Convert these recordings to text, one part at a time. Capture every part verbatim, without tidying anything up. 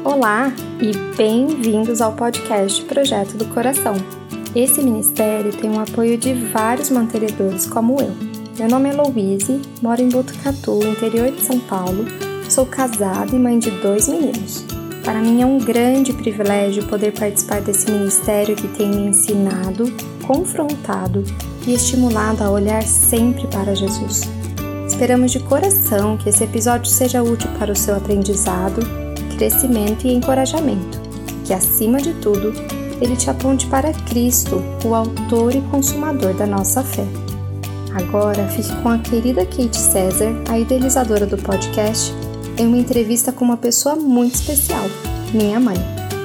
Olá e bem-vindos ao podcast Projeto do Coração. Esse ministério tem o apoio de vários mantenedores como eu. Meu nome é Louise, moro em Botucatu, interior de São Paulo, sou casada e mãe de dois meninos. Para mim é um grande privilégio poder participar desse ministério que tem me ensinado, confrontado e estimulado a olhar sempre para Jesus. Esperamos de coração que esse episódio seja útil para o seu aprendizado, crescimento e encorajamento, que acima de tudo, ele te aponte para Cristo, o autor e consumador da nossa fé. Agora fique com a querida Kate César, a idealizadora do podcast, em uma entrevista com uma pessoa muito especial, minha mãe.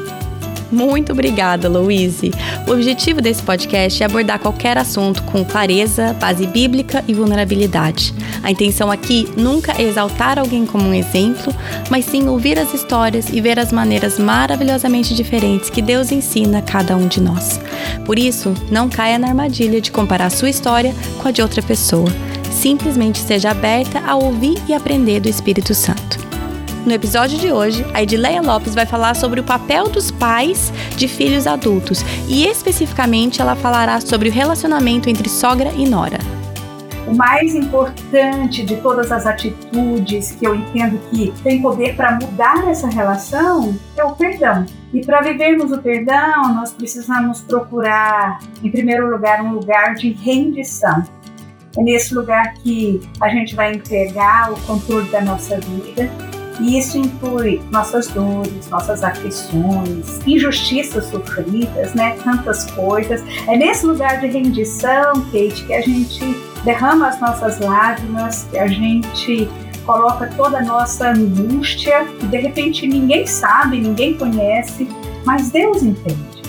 Muito obrigada, Louise. O objetivo desse podcast é abordar qualquer assunto com clareza, base bíblica e vulnerabilidade. A intenção aqui nunca é exaltar alguém como um exemplo, mas sim ouvir as histórias e ver as maneiras maravilhosamente diferentes que Deus ensina a cada um de nós. Por isso, não caia na armadilha de comparar sua história com a de outra pessoa. Simplesmente seja aberta a ouvir e aprender do Espírito Santo. No episódio de hoje, a Edileia Lopes vai falar sobre o papel dos pais de filhos adultos e, especificamente, ela falará sobre o relacionamento entre sogra e nora. O mais importante de todas as atitudes que eu entendo que tem poder para mudar essa relação é o perdão. E para vivermos o perdão, nós precisamos procurar, em primeiro lugar, um lugar de rendição. É nesse lugar que a gente vai entregar o controle da nossa vida. E isso inclui nossas dores, nossas aflições, injustiças sofridas, né? Tantas coisas. É nesse lugar de rendição, Kate, que a gente derrama as nossas lágrimas, que a gente coloca toda a nossa angústia, que de repente ninguém sabe, ninguém conhece, mas Deus entende.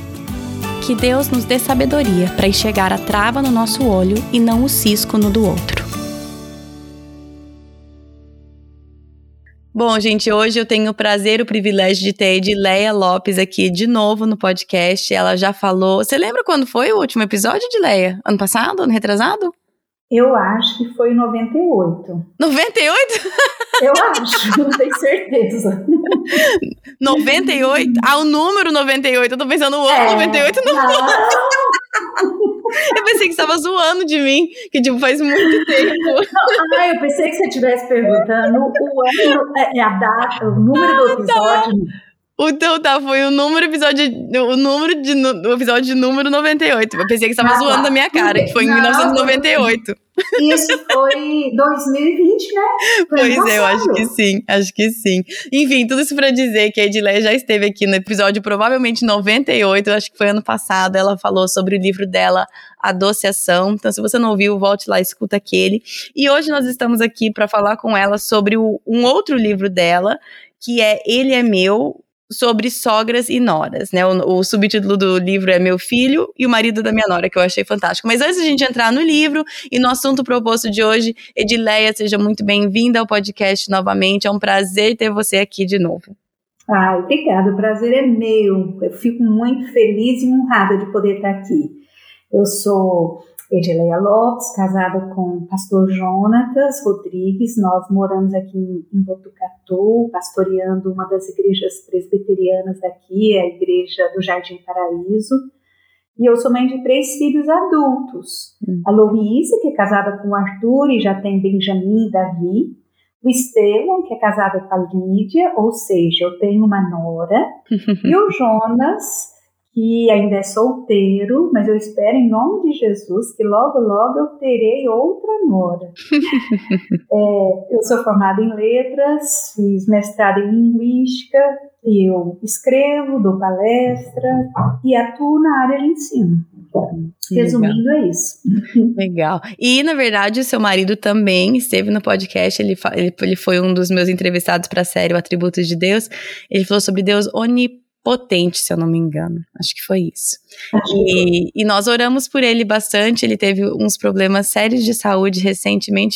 Que Deus nos dê sabedoria para enxergar a trava no nosso olho e não o cisco no do outro. Bom, gente, hoje eu tenho o prazer, o privilégio de ter a Edileia Lopes aqui de novo no podcast. Ela já falou... Você lembra quando foi o último episódio, Edileia? Ano passado? Ano retrasado? Eu acho que foi em noventa e oito. noventa e oito? Eu acho, não tenho certeza. noventa e oito? Ah, o número noventa e oito. Eu tô pensando o ano é, noventa e oito. Não. não. Eu pensei que você estava zoando de mim, que tipo, faz muito tempo. Não, ah, eu pensei que você estivesse perguntando o ano, é a data, o número do episódio. Então tá, foi o número episódio, o número de, o episódio de número noventa e oito. Eu pensei que você estava ah, zoando da minha cara, que foi em não, mil novecentos e noventa e oito. Isso foi dois mil e vinte, né? Foi pois é, eu acho que sim, acho que sim. Enfim, tudo isso pra dizer que a Edileia já esteve aqui no episódio provavelmente noventa e oito, eu acho que foi ano passado, ela falou sobre o livro dela, Adociação. Então, se você não ouviu, volte lá e escuta aquele. E hoje nós estamos aqui para falar com ela sobre o, um outro livro dela, que é Ele é Meu, sobre sogras e noras, né? O, o subtítulo do livro é Meu Filho e o Marido da Minha Nora, que eu achei fantástico. Mas antes de a gente entrar no livro e no assunto proposto de hoje, Edileia, seja muito bem-vinda ao podcast novamente. É um prazer ter você aqui de novo. Ai, obrigada. O prazer é meu. Eu fico muito feliz e honrada de poder estar aqui. Eu sou Edileia Lopes, casada com o pastor Jonatas Rodrigues. Nós moramos aqui em Botucatu, pastoreando uma das igrejas presbiterianas daqui, a igreja do Jardim Paraíso. E eu sou mãe de três filhos adultos. Hum. A Louise, que é casada com o Arthur e já tem Benjamin e Davi. O Estevam, que é casada com a Lídia, ou seja, eu tenho uma nora. E o Jonas, que ainda é solteiro, mas eu espero em nome de Jesus que logo, logo eu terei outra nora. é, eu sou formada em letras, fiz mestrado em linguística, eu escrevo, dou palestra e atuo na área de ensino. Resumindo, legal. É isso. Legal. E, na verdade, o seu marido também esteve no podcast, ele, ele, ele foi um dos meus entrevistados para a série O Atributos de Deus. Ele falou sobre Deus onipotente. Potente, se eu não me engano. Acho que foi isso. E, e nós oramos por ele bastante. Ele teve uns problemas sérios de saúde recentemente, mas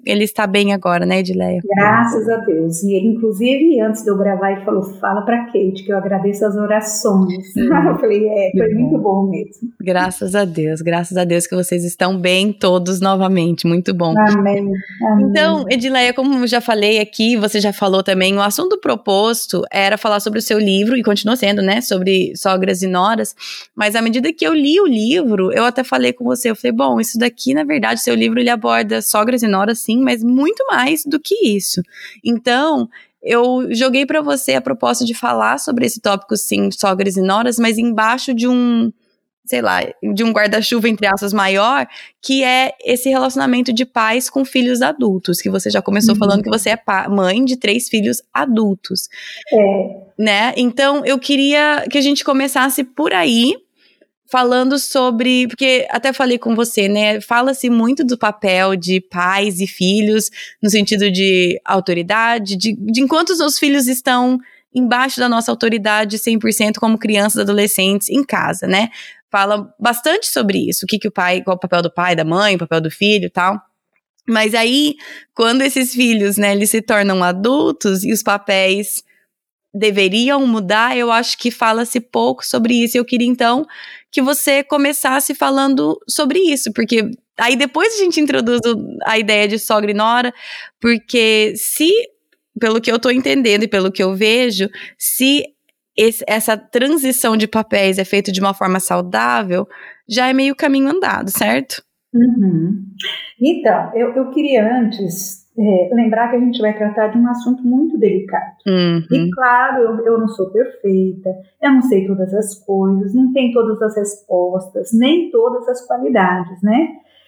ele está bem agora, né, Edileia? Graças a Deus. E ele, inclusive, antes de eu gravar, ele falou, fala pra Kate, que eu agradeço as orações. Hum, eu falei, é, foi muito bom. bom mesmo. Graças a Deus, graças a Deus que vocês estão bem todos novamente, muito bom. Amém. Amém. Então, Edileia, como eu já falei aqui, você já falou também, o assunto proposto era falar sobre o seu livro, e continua sendo, né, sobre sogras e noras, mas à medida que eu li o livro, eu até falei com você, eu falei, bom, isso daqui, na verdade, seu livro, ele aborda sogras e noras, sim, mas muito mais do que isso. Então, eu joguei para você a proposta de falar sobre esse tópico, sim, sogras e noras, mas embaixo de um, sei lá, de um guarda-chuva, entre aspas, maior, que é esse relacionamento de pais com filhos adultos, que você já começou uhum. falando que você é pa- mãe de três filhos adultos. É. Né? Então, eu queria que a gente começasse por aí, falando sobre, porque até falei com você, né, fala-se muito do papel de pais e filhos, no sentido de autoridade, de, de enquanto os filhos estão embaixo da nossa autoridade cem por cento como crianças, adolescentes, em casa, né, fala bastante sobre isso, o que que o pai, qual é o papel do pai, da mãe, o papel do filho e tal, mas aí, quando esses filhos, né, eles se tornam adultos e os papéis deveriam mudar, eu acho que fala-se pouco sobre isso. Eu queria, então, que você começasse falando sobre isso, porque aí depois a gente introduz a ideia de sogra e nora, porque se, pelo que eu tô entendendo e pelo que eu vejo, se esse, essa transição de papéis é feita de uma forma saudável, já é meio caminho andado, certo? Uhum. Então, eu, eu queria antes é, lembrar que a gente vai tratar de um assunto muito delicado. Uhum. E claro, eu, eu não sou perfeita, eu não sei todas as coisas, não tenho todas as respostas, nem todas as qualidades, né?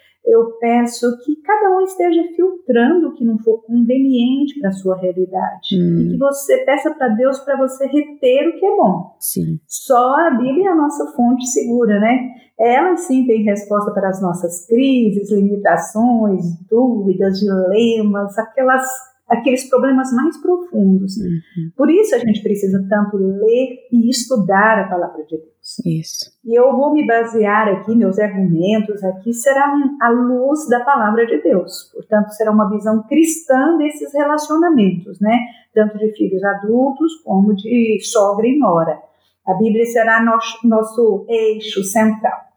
Eu peço que cada um esteja filtrando o que não for conveniente para a sua realidade. Hum. E que você peça para Deus para você reter o que é bom. Sim. Só a Bíblia é a nossa fonte segura, né? Ela sim tem resposta para as nossas crises, limitações, dúvidas, dilemas, aquelas, aqueles problemas mais profundos. Uhum. Por isso a gente precisa tanto ler e estudar a palavra de Deus. Isso. E eu vou me basear aqui, meus argumentos aqui serão à luz da palavra de Deus. Portanto, será uma visão cristã desses relacionamentos, né? Tanto de filhos adultos como de sogra e nora. A Bíblia será nosso, nosso eixo central.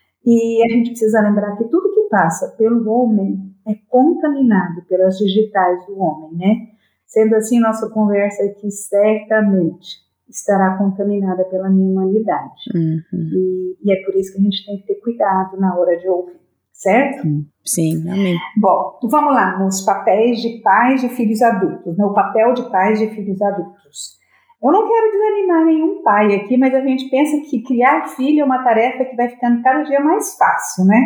E a gente precisa lembrar que tudo que passa pelo homem é contaminado pelas digitais do homem, né? Sendo assim, nossa conversa aqui certamente estará contaminada pela minha humanidade. Uhum. E, e é por isso que a gente tem que ter cuidado na hora de ouvir, certo? Sim, amém. Bom, vamos lá, nos papéis de pais de filhos adultos, né? O papel de pais de filhos adultos. Eu não quero desanimar nenhum pai aqui, mas a gente pensa que criar filho é uma tarefa que vai ficando cada dia mais fácil, né?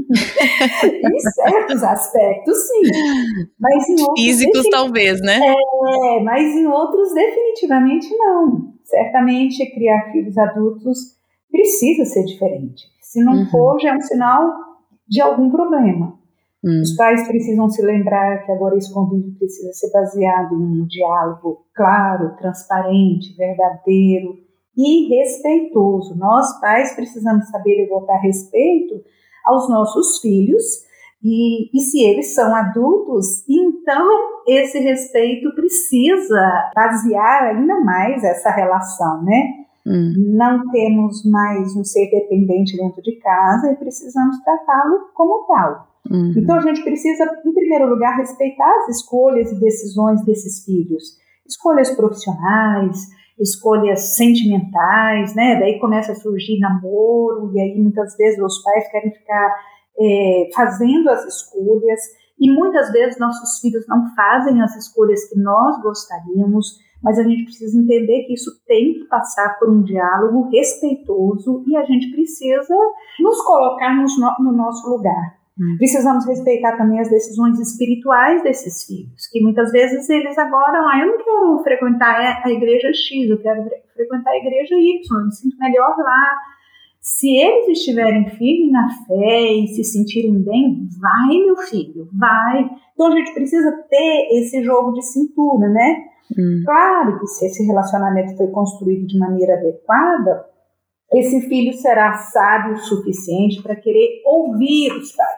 Em certos aspectos, sim. Mas em outros, físicos, talvez, né? É, mas em outros, definitivamente não. Certamente, criar filhos adultos precisa ser diferente. Se não uhum. for, já é um sinal de algum problema. Hum. Os pais precisam se lembrar que agora esse convívio precisa ser baseado em um diálogo claro, transparente, verdadeiro e respeitoso. Nós, pais, precisamos saber devotar respeito aos nossos filhos e, e se eles são adultos, então esse respeito precisa basear ainda mais essa relação, né? Hum. Não temos mais um ser dependente dentro de casa e precisamos tratá-lo como tal. Uhum. Então a gente precisa, em primeiro lugar, respeitar as escolhas e decisões desses filhos. Escolhas profissionais, escolhas sentimentais, né? Daí começa a surgir namoro, e aí muitas vezes os pais querem ficar é, fazendo as escolhas, e muitas vezes nossos filhos não fazem as escolhas que nós gostaríamos, mas a gente precisa entender que isso tem que passar por um diálogo respeitoso e a gente precisa nos colocar no, no nosso lugar. Hum. Precisamos respeitar também as decisões espirituais desses filhos, que muitas vezes eles agora, ah, eu não quero frequentar a igreja X, eu quero frequentar a igreja Y, eu me sinto melhor lá. Se eles estiverem firmes na fé e se sentirem bem, vai, meu filho, vai. Então a gente precisa ter esse jogo de cintura, né? Hum. Claro que se esse relacionamento foi construído de maneira adequada, esse filho será sábio o suficiente para querer ouvir os pais.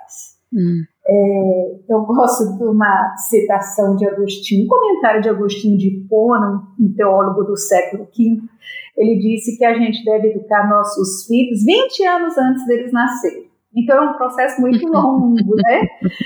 Hum. É, eu gosto de uma citação de Agostinho, um comentário de Agostinho de Hipona, um teólogo do século quinto. Ele disse que a gente deve educar nossos filhos vinte anos antes deles nascerem. Então é um processo muito longo, né?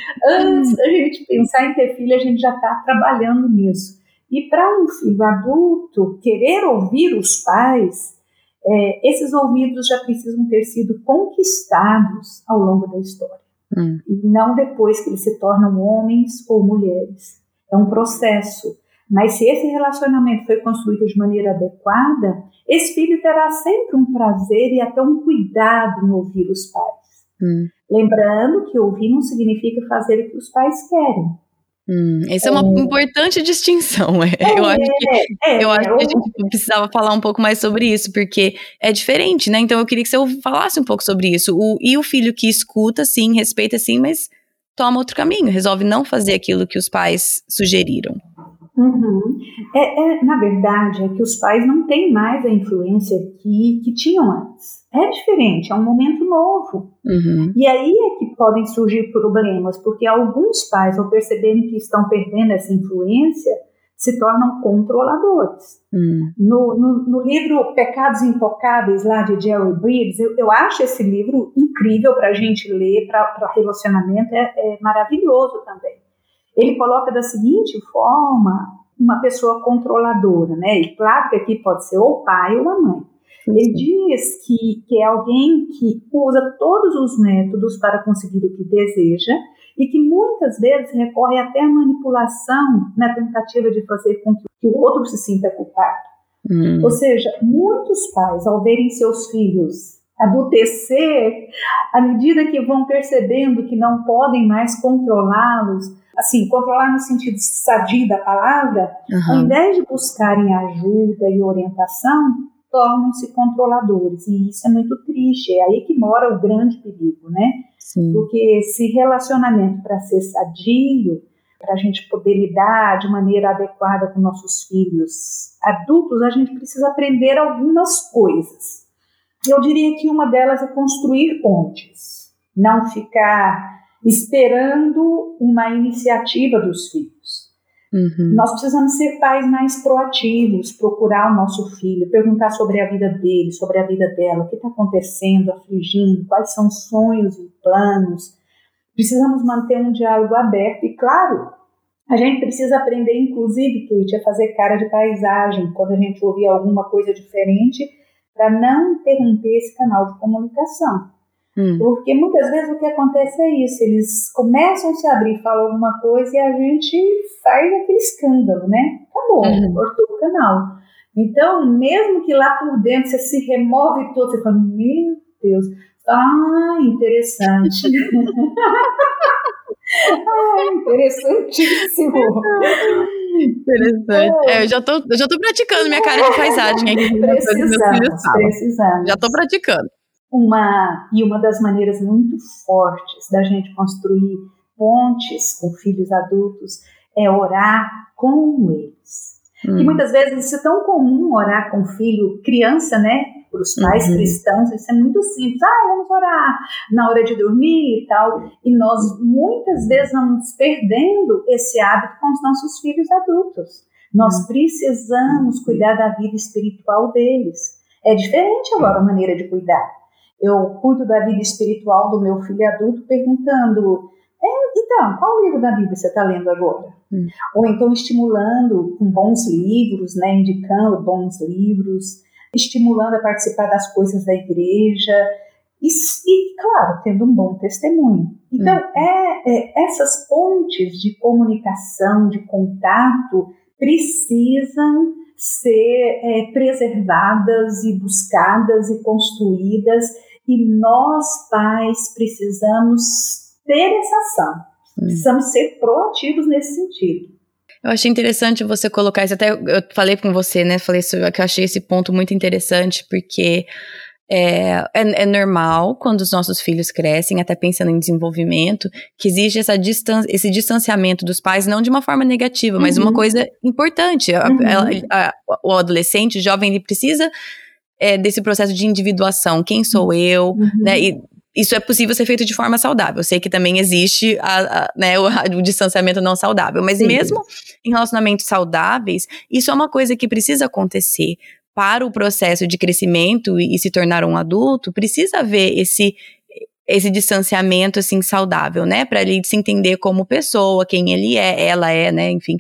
Antes da gente pensar em ter filho, a gente já está trabalhando nisso. E para um filho adulto querer ouvir os pais, é, esses ouvidos já precisam ter sido conquistados ao longo da história. Hum. E não depois que eles se tornam homens ou mulheres. É um processo. Mas se esse relacionamento foi construído de maneira adequada, esse filho terá sempre um prazer e até um cuidado em ouvir os pais. Hum. Lembrando que ouvir não significa fazer o que os pais querem. Hum, essa é uma é. importante distinção. É, eu acho que, é, eu acho que a gente precisava falar um pouco mais sobre isso, porque é diferente, né? Então eu queria que você falasse um pouco sobre isso. O, e o filho que escuta, sim, respeita, sim, mas toma outro caminho, resolve não fazer aquilo que os pais sugeriram. Uhum. É, é, na verdade, é que os pais não têm mais a influência que, que tinham antes. É diferente, é um momento novo. Uhum. E aí é que podem surgir problemas, porque alguns pais, ao perceberem que estão perdendo essa influência, se tornam controladores. Uhum. No, no, no livro Pecados Intocáveis, lá de Jerry Bridges, eu, eu acho esse livro incrível para a gente ler, para relacionamento, é, é maravilhoso também. Ele coloca da seguinte forma uma pessoa controladora, né? E claro que aqui pode ser ou o pai ou a mãe. Ele diz que, que é alguém que usa todos os métodos para conseguir o que deseja e que muitas vezes recorre até à manipulação na tentativa de fazer com que o outro se sinta culpado. Hum. Ou seja, muitos pais, ao verem seus filhos adultecer, à medida que vão percebendo que não podem mais controlá-los, assim, controlar no sentido sadio da palavra, uhum. ao invés de buscarem ajuda e orientação, tornam-se controladores, e isso é muito triste, é aí que mora o grande perigo, né? Sim. Porque esse relacionamento, para ser sadio, para a gente poder lidar de maneira adequada com nossos filhos adultos, a gente precisa aprender algumas coisas. Eu diria que uma delas é construir pontes, não ficar esperando uma iniciativa dos filhos. Uhum. Nós precisamos ser pais mais proativos, procurar o nosso filho, perguntar sobre a vida dele, sobre a vida dela, o que está acontecendo, afligindo, quais são os sonhos e planos. Precisamos manter um diálogo aberto e, claro, a gente precisa aprender, inclusive, Kate, a fazer cara de paisagem quando a gente ouvir alguma coisa diferente, para não interromper esse canal de comunicação. Hum. Porque muitas vezes o que acontece é isso, eles começam a se abrir, falam alguma coisa e a gente faz aquele escândalo, né? Acabou, uhum. cortou o canal. Então, mesmo que lá por dentro você se remove todo, você fala, meu Deus, ah, interessante. ah, interessantíssimo. Interessante. Oh. É, eu já tô, eu já tô praticando minha cara de paisagem aqui. Precisamos, precisamos. Já tô praticando. Uma, e uma das maneiras muito fortes da gente construir pontes com filhos adultos é orar com eles. Hum. E muitas vezes isso é tão comum, orar com filho, criança, né? Para os pais uhum. cristãos, isso é muito simples. Ah, vamos orar na hora de dormir e tal. E nós muitas vezes vamos perdendo esse hábito com os nossos filhos adultos. Nós uhum. precisamos cuidar da vida espiritual deles. É diferente agora a maneira de cuidar. Eu cuido da vida espiritual do meu filho adulto perguntando, então, qual livro da Bíblia você está lendo agora? Hum. Ou então estimulando com bons livros, né, indicando bons livros, estimulando a participar das coisas da igreja e, e claro, tendo um bom testemunho. Então, hum. é, é, essas pontes de comunicação, de contato, precisam ser é, preservadas e buscadas e construídas, e nós, pais, precisamos ter essa ação, hum. precisamos ser proativos nesse sentido. Eu achei interessante você colocar isso, até eu falei com você, né, falei sobre, que eu achei esse ponto muito interessante, porque é, é, é normal quando os nossos filhos crescem, até pensando em desenvolvimento, que existe essa distan- esse distanciamento dos pais, não de uma forma negativa, mas uhum. uma coisa importante. Uhum. A, a, o adolescente, o jovem, ele precisa é, desse processo de individuação, quem sou eu, uhum. né, e isso é possível ser feito de forma saudável. Eu sei que também existe a, a, né, o, o distanciamento não saudável, mas Sim. mesmo em relacionamentos saudáveis, isso é uma coisa que precisa acontecer. Para o processo de crescimento e, e se tornar um adulto, precisa haver esse, esse distanciamento, assim, saudável, né? Para ele se entender como pessoa, quem ele é, ela é, né? Enfim.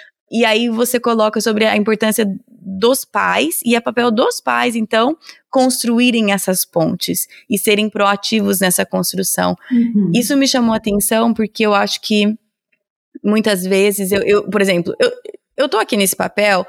E aí você coloca sobre a importância dos pais, e é papel dos pais, então, construírem essas pontes e serem proativos nessa construção. Uhum. Isso me chamou a atenção porque eu acho que muitas vezes, eu, eu por exemplo, eu, eu tô aqui nesse papel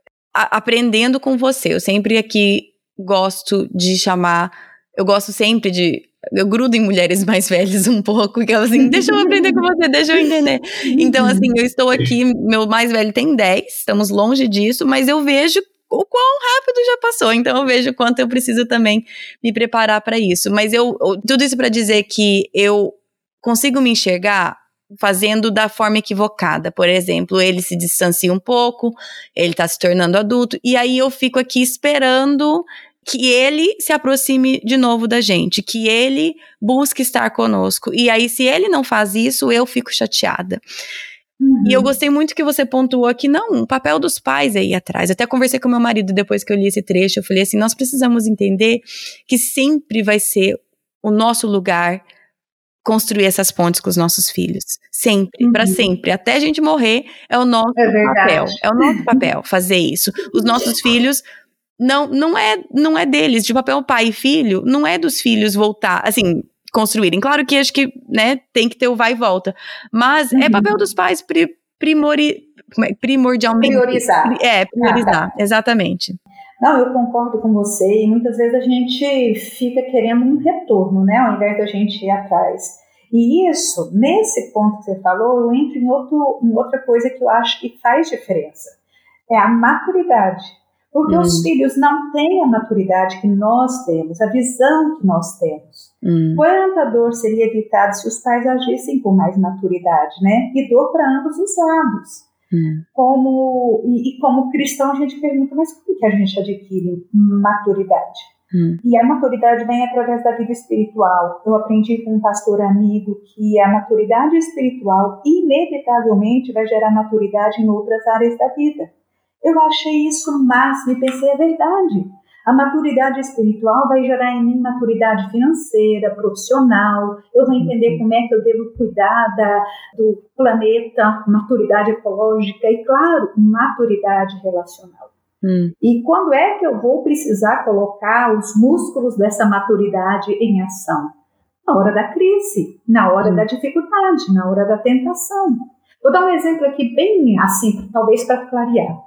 a, aprendendo com você. Eu sempre aqui gosto de chamar, eu gosto sempre de, eu grudo em mulheres mais velhas um pouco, que elas assim, deixa eu aprender com você, deixa eu entender. Então, assim, eu estou aqui, meu mais velho tem dez, estamos longe disso, mas eu vejo o quão rápido já passou, então eu vejo o quanto eu preciso também me preparar para isso. Mas eu, tudo isso para dizer que eu consigo me enxergar fazendo da forma equivocada. Por exemplo, ele se distancia um pouco, ele tá se tornando adulto, e aí eu fico aqui esperando que ele se aproxime de novo da gente, que ele busque estar conosco. E aí, se ele não faz isso, eu fico chateada. Uhum. E eu gostei muito que você pontuou que não, o papel dos pais é ir atrás. Eu até conversei com meu marido depois que eu li esse trecho, eu falei assim, nós precisamos entender que sempre vai ser o nosso lugar construir essas pontes com os nossos filhos. Sempre, uhum. para sempre. Até a gente morrer, é o nosso é papel. É o nosso papel fazer isso. Os nossos filhos, não, não, é, não é deles. De papel pai e filho, não é dos filhos voltar, assim, construírem. Claro que acho que, né, tem que ter o vai e volta. Mas uhum. é papel dos pais pri, primori, primordialmente. Priorizar. É, priorizar, ah, tá. Exatamente. Não, eu concordo com você, e muitas vezes a gente fica querendo um retorno, né, ao invés da gente ir atrás. E isso, nesse ponto que você falou, eu entro em, outro, em outra coisa que eu acho que faz diferença. É a maturidade. Porque hum. os filhos não têm a maturidade que nós temos, a visão que nós temos. Hum. Quanta dor seria evitada se os pais agissem com mais maturidade, né? E dor para ambos os lados. Hum. Como, e, e como cristão a gente pergunta, mas como que a gente adquire maturidade? Hum. E a maturidade vem através da vida espiritual. Eu aprendi com um pastor amigo que a maturidade espiritual inevitavelmente vai gerar maturidade em outras áreas da vida. Eu achei isso o máximo e pensei, é verdade. A maturidade espiritual vai gerar em mim maturidade financeira, profissional. Eu vou entender como é que eu devo cuidar da, do planeta, maturidade ecológica e, claro, maturidade relacional. Hum. E quando é que eu vou precisar colocar os músculos dessa maturidade em ação? Na hora da crise, na hora hum. da dificuldade, na hora da tentação. Vou dar um exemplo aqui bem assim, talvez para clarear.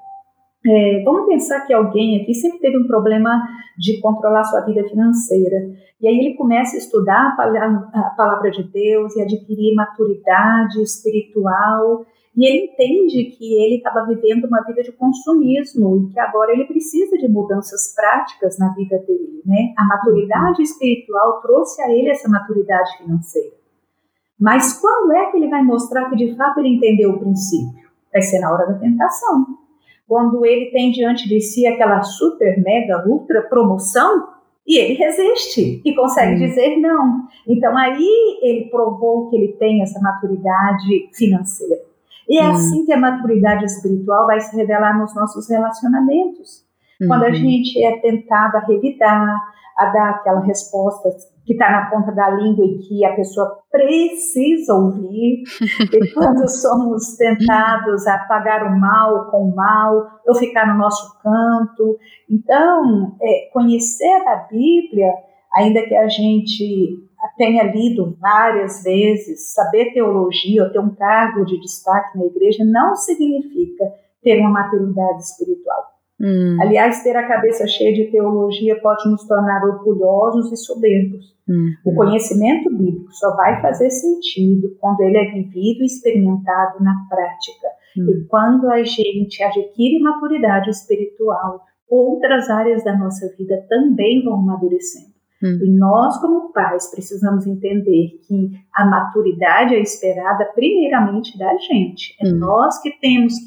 É, vamos pensar que alguém aqui sempre teve um problema de controlar sua vida financeira. E aí ele começa a estudar a palavra de Deus e adquirir maturidade espiritual. E ele entende que ele estava vivendo uma vida de consumismo e que agora ele precisa de mudanças práticas na vida dele, né? A maturidade espiritual trouxe a ele essa maturidade financeira. Mas quando é que ele vai mostrar que de fato ele entendeu o princípio? Vai ser na hora da tentação. Quando ele tem diante de si aquela super, mega, ultra promoção e ele resiste e consegue hum. dizer não. Então aí ele provou que ele tem essa maturidade financeira. E é hum. assim que a maturidade espiritual vai se revelar nos nossos relacionamentos. Hum. Quando a gente é tentado a revidar, a dar aquela resposta que está na ponta da língua e que a pessoa precisa ouvir, e quando somos tentados a pagar o mal com o mal, ou ficar no nosso canto. Então, é, conhecer a Bíblia, ainda que a gente tenha lido várias vezes, saber teologia ou ter um cargo de destaque na igreja, não significa ter uma maturidade espiritual. Hum. Aliás, ter a cabeça cheia de teologia pode nos tornar orgulhosos e soberbos. Hum. O conhecimento bíblico só vai fazer sentido quando ele é vivido e experimentado na prática. Hum. E quando a gente adquire maturidade espiritual, outras áreas da nossa vida também vão amadurecendo. Hum. E nós, como pais, precisamos entender que a maturidade é esperada primeiramente da gente. É hum. nós que temos que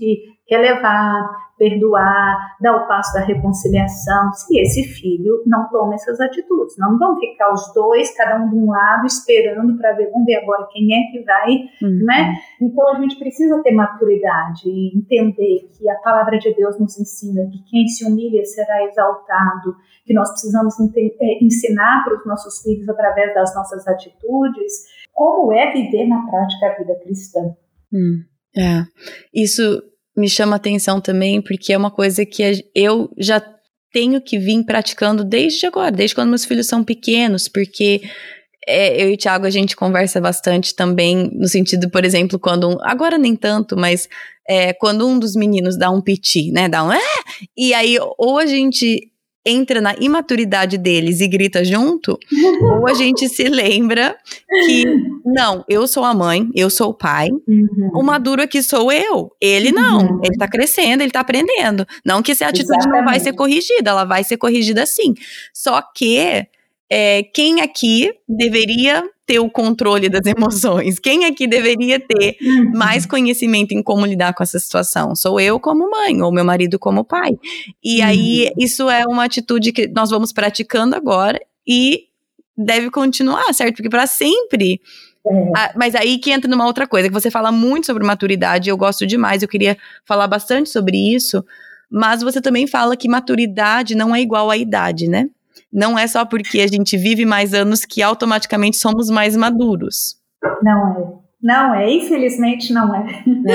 relevar, perdoar, dar o passo da reconciliação, se esse filho não toma essas atitudes. Não vão ficar os dois, cada um de um lado, esperando para ver, vamos ver agora quem é que vai, uhum. né? Então a gente precisa ter maturidade e entender que a palavra de Deus nos ensina que quem se humilha será exaltado, que nós precisamos ensinar para os nossos filhos através das nossas atitudes como é viver na prática a vida cristã. Hum, é, isso me chama atenção também, porque é uma coisa que eu já tenho que vir praticando desde agora, desde quando meus filhos são pequenos, porque é, eu e o Thiago, a gente conversa bastante também, no sentido, por exemplo, quando, um, agora nem tanto, mas é, quando um dos meninos dá um piti, né, dá um é, e aí ou a gente entra na imaturidade deles e grita junto, ou a gente se lembra que, não, eu sou a mãe, eu sou o pai, uhum. o maduro aqui sou eu, ele não, uhum. ele tá crescendo, ele tá aprendendo, não que essa atitude Exatamente. Não vai ser corrigida, ela vai ser corrigida sim, só que é, quem aqui deveria ter o controle das emoções? Quem aqui deveria ter uhum. mais conhecimento em como lidar com essa situação? Sou eu como mãe, ou meu marido como pai. E uhum. aí, isso é uma atitude que nós vamos praticando agora e deve continuar, certo? Porque para sempre... É. Ah, mas aí que entra numa outra coisa, que você fala muito sobre maturidade, eu gosto demais, eu queria falar bastante sobre isso, mas você também fala que maturidade não é igual à idade, né? Não é só porque a gente vive mais anos que automaticamente somos mais maduros. Não é. Não é. Infelizmente não é.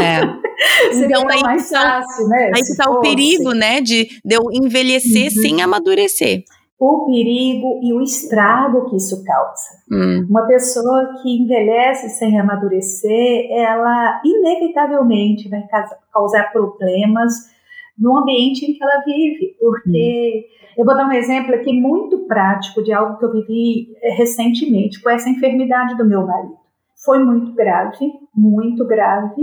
É. Então aí mais que tá, fácil, né? Aí que tá o perigo, né? De, de eu envelhecer uhum. sem amadurecer. O perigo e o estrago que isso causa. Hum. Uma pessoa que envelhece sem amadurecer, ela inevitavelmente vai causar problemas no ambiente em que ela vive, porque hum. eu vou dar um exemplo aqui muito prático de algo que eu vivi recentemente com essa enfermidade do meu marido. Foi muito grave, muito grave,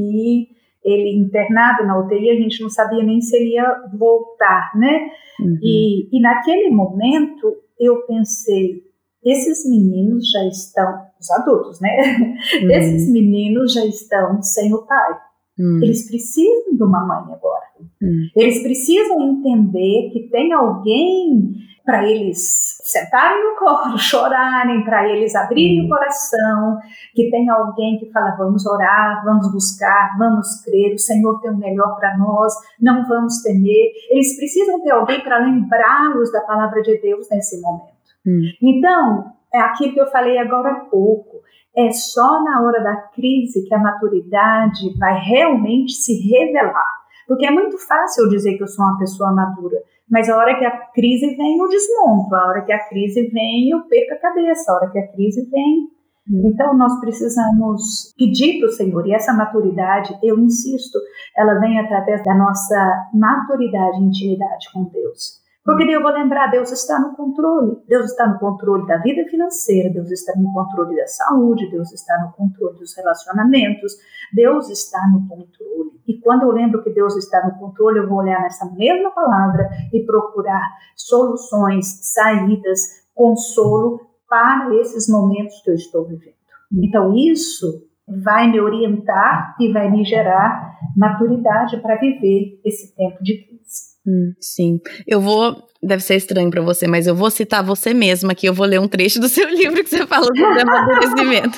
e ele internado na U T I, a gente não sabia nem se ele ia voltar, né? Uhum. E, e naquele momento eu pensei, esses meninos já estão, os adultos, né? Uhum. Esses meninos já estão sem o pai. Hum. Eles precisam de uma mãe agora. Hum. Eles precisam entender que tem alguém para eles sentarem no colo, chorarem, para eles abrirem hum. o coração, que tem alguém que fala, vamos orar, vamos buscar, vamos crer, o Senhor tem o melhor para nós, não vamos temer. Eles precisam ter alguém para lembrá-los da palavra de Deus nesse momento. Hum. Então, é aquilo que eu falei agora há pouco. É só na hora da crise que a maturidade vai realmente se revelar. Porque é muito fácil eu dizer que eu sou uma pessoa madura, mas a hora que a crise vem, eu desmonto. A hora que a crise vem, eu perco a cabeça. A hora que a crise vem... Hum. Então, nós precisamos pedir para o Senhor. E essa maturidade, eu insisto, ela vem através da nossa maturidade e intimidade com Deus. Porque daí eu vou lembrar, Deus está no controle. Deus está no controle da vida financeira, Deus está no controle da saúde, Deus está no controle dos relacionamentos, Deus está no controle. E quando eu lembro que Deus está no controle, eu vou olhar nessa mesma palavra e procurar soluções, saídas, consolo para esses momentos que eu estou vivendo. Então isso vai me orientar e vai me gerar maturidade para viver esse tempo de crise. Hum, sim, eu vou, deve ser estranho para você, mas eu vou citar você mesma aqui, eu vou ler um trecho do seu livro que você fala sobre amadurecimento.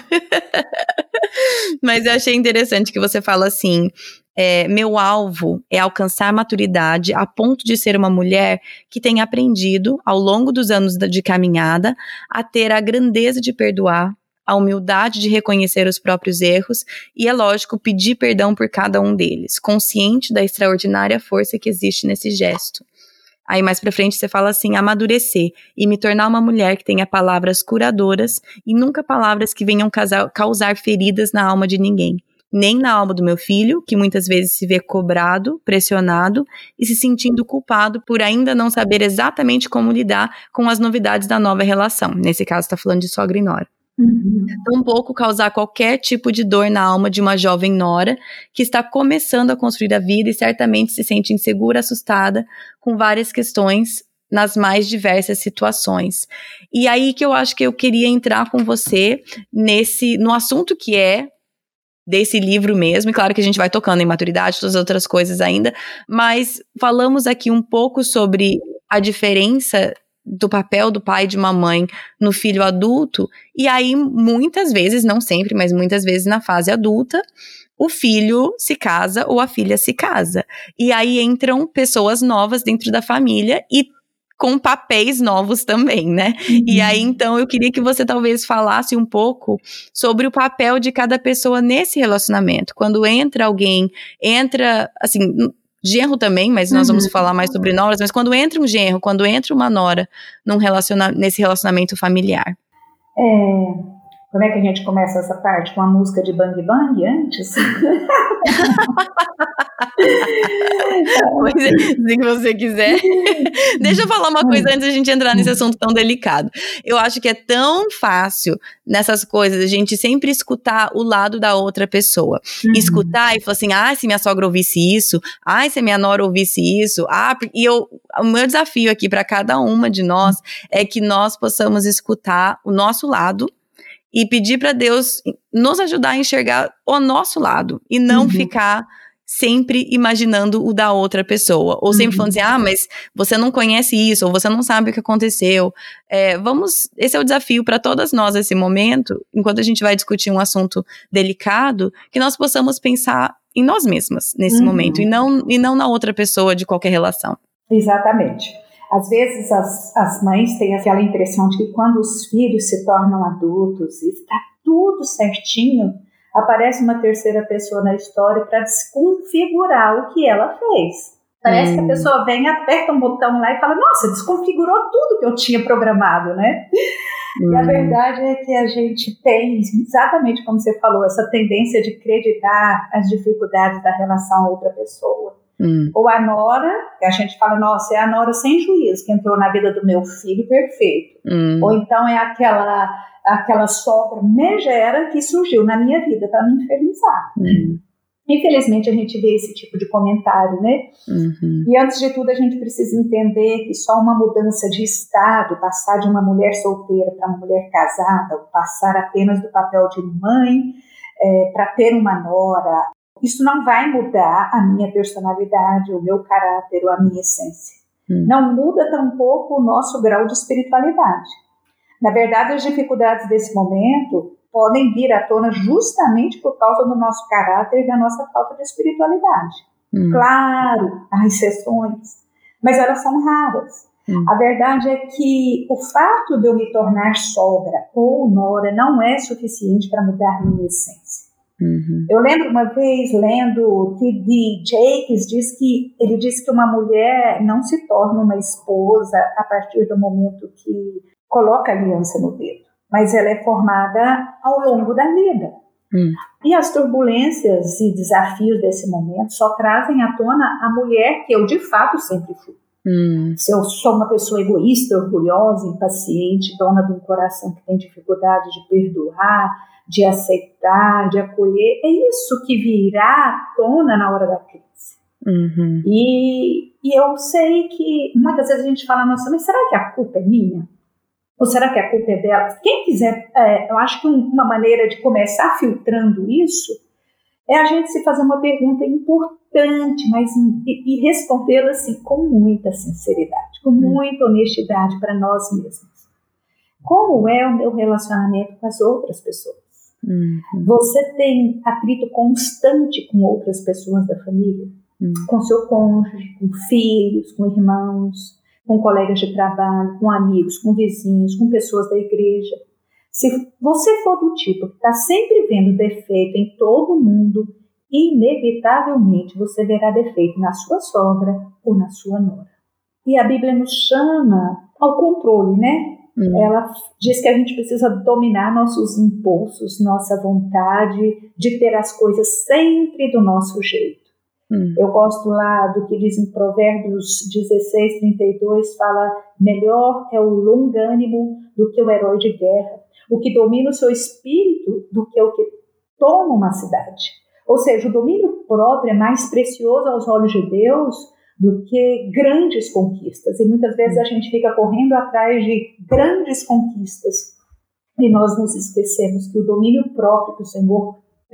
Mas eu achei interessante que você fala assim, é, meu alvo é alcançar maturidade a ponto de ser uma mulher que tenha aprendido, ao longo dos anos de caminhada, a ter a grandeza de perdoar, a humildade de reconhecer os próprios erros e, é lógico, pedir perdão por cada um deles, consciente da extraordinária força que existe nesse gesto. Aí mais pra frente você fala assim, amadurecer e me tornar uma mulher que tenha palavras curadoras e nunca palavras que venham causar, causar feridas na alma de ninguém. Nem na alma do meu filho, que muitas vezes se vê cobrado, pressionado e se sentindo culpado por ainda não saber exatamente como lidar com as novidades da nova relação. Nesse caso está falando de sogra e nora. Uhum. Tampouco causar qualquer tipo de dor na alma de uma jovem nora que está começando a construir a vida e certamente se sente insegura, assustada com várias questões nas mais diversas situações. E aí que eu acho que eu queria entrar com você nesse, no assunto que é desse livro mesmo, e claro que a gente vai tocando em maturidade, todas as outras coisas ainda, mas falamos aqui um pouco sobre a diferença do papel do pai e de uma mãe no filho adulto, e aí muitas vezes, não sempre, mas muitas vezes na fase adulta, o filho se casa ou a filha se casa, e aí entram pessoas novas dentro da família e com papéis novos também, né? Uhum. E aí, então, eu queria que você talvez falasse um pouco sobre o papel de cada pessoa nesse relacionamento. Quando entra alguém, entra, assim, genro também, mas nós uhum. vamos falar mais sobre noras, mas quando entra um genro, quando entra uma nora num relaciona- nesse relacionamento familiar. É... Como é que a gente começa essa parte? Com a música de Bang Bang antes? Pois é, se você quiser. Deixa eu falar uma coisa antes de a gente entrar nesse assunto tão delicado. Eu acho que é tão fácil nessas coisas a gente sempre escutar o lado da outra pessoa. Uhum. Escutar e falar assim, ah, se minha sogra ouvisse isso, ah, se minha nora ouvisse isso, ah, e eu, o meu desafio aqui para cada uma de nós é que nós possamos escutar o nosso lado e pedir para Deus nos ajudar a enxergar o nosso lado e não uhum. ficar sempre imaginando o da outra pessoa, ou sempre uhum. falando assim, ah, mas você não conhece isso, ou você não sabe o que aconteceu. É, vamos, esse é o desafio para todas nós nesse momento, enquanto a gente vai discutir um assunto delicado, que nós possamos pensar em nós mesmas nesse uhum. momento, e não, e não na outra pessoa de qualquer relação. Exatamente. Às vezes as, as mães têm aquela impressão de que quando os filhos se tornam adultos e está tudo certinho, aparece uma terceira pessoa na história para desconfigurar o que ela fez. Parece hum. que a pessoa vem, aperta um botão lá e fala, nossa, desconfigurou tudo que eu tinha programado, né? Hum. E a verdade é que a gente tem, exatamente como você falou, essa tendência de acreditar as dificuldades da relação a outra pessoa. Hum. Ou a nora, que a gente fala, nossa, é a nora sem juízo que entrou na vida do meu filho perfeito. Hum. Ou então é aquela, aquela sogra megera que surgiu na minha vida para me infernizar. Hum. Infelizmente a gente vê esse tipo de comentário, né? Uhum. E antes de tudo a gente precisa entender que só uma mudança de estado, passar de uma mulher solteira para uma mulher casada, ou passar apenas do papel de mãe é, para ter uma nora, isso não vai mudar a minha personalidade, o meu caráter ou a minha essência. Hum. Não muda tampouco o nosso grau de espiritualidade. Na verdade, as dificuldades desse momento podem vir à tona justamente por causa do nosso caráter e da nossa falta de espiritualidade. Hum. Claro, há exceções, mas elas são raras. Hum. A verdade é que o fato de eu me tornar sogra ou nora não é suficiente para mudar minha essência. Uhum. Eu lembro uma vez lendo T D Jakes, diz que, ele diz que uma mulher não se torna uma esposa a partir do momento que coloca a aliança no dedo, mas ela é formada ao longo da vida. Uhum. E as turbulências e desafios desse momento só trazem à tona a mulher que eu de fato sempre fui. Hum. Se eu sou uma pessoa egoísta, orgulhosa, impaciente, dona de um coração que tem dificuldade de perdoar, de aceitar, de acolher, é isso que virá à tona na hora da crise. Uhum. E, e eu sei que muitas vezes a gente fala, nossa, mas será que a culpa é minha? Ou será que a culpa é dela? Quem quiser, é, eu acho que uma maneira de começar filtrando isso é a gente se fazer uma pergunta importante, mas e, e respondê-la assim, com muita sinceridade, com muita honestidade para nós mesmos. Como é o meu relacionamento com as outras pessoas? Uhum. Você tem atrito constante com outras pessoas da família? Uhum. Com seu cônjuge, com filhos, com irmãos, com colegas de trabalho, com amigos, com vizinhos, com pessoas da igreja? Se você for do tipo que está sempre vendo defeito em todo mundo, inevitavelmente você verá defeito na sua sogra ou na sua nora. E a Bíblia nos chama ao controle, né? Hum. Ela diz que a gente precisa dominar nossos impulsos, nossa vontade de ter as coisas sempre do nosso jeito. Hum. Eu gosto lá do que diz em Provérbios dezesseis, trinta e dois, fala, melhor é o longânimo do que o herói de guerra, o que domina o seu espírito do que o que toma uma cidade. Ou seja, o domínio próprio é mais precioso aos olhos de Deus do que grandes conquistas. E muitas vezes a gente fica correndo atrás de grandes conquistas e nós nos esquecemos que o domínio próprio que o Senhor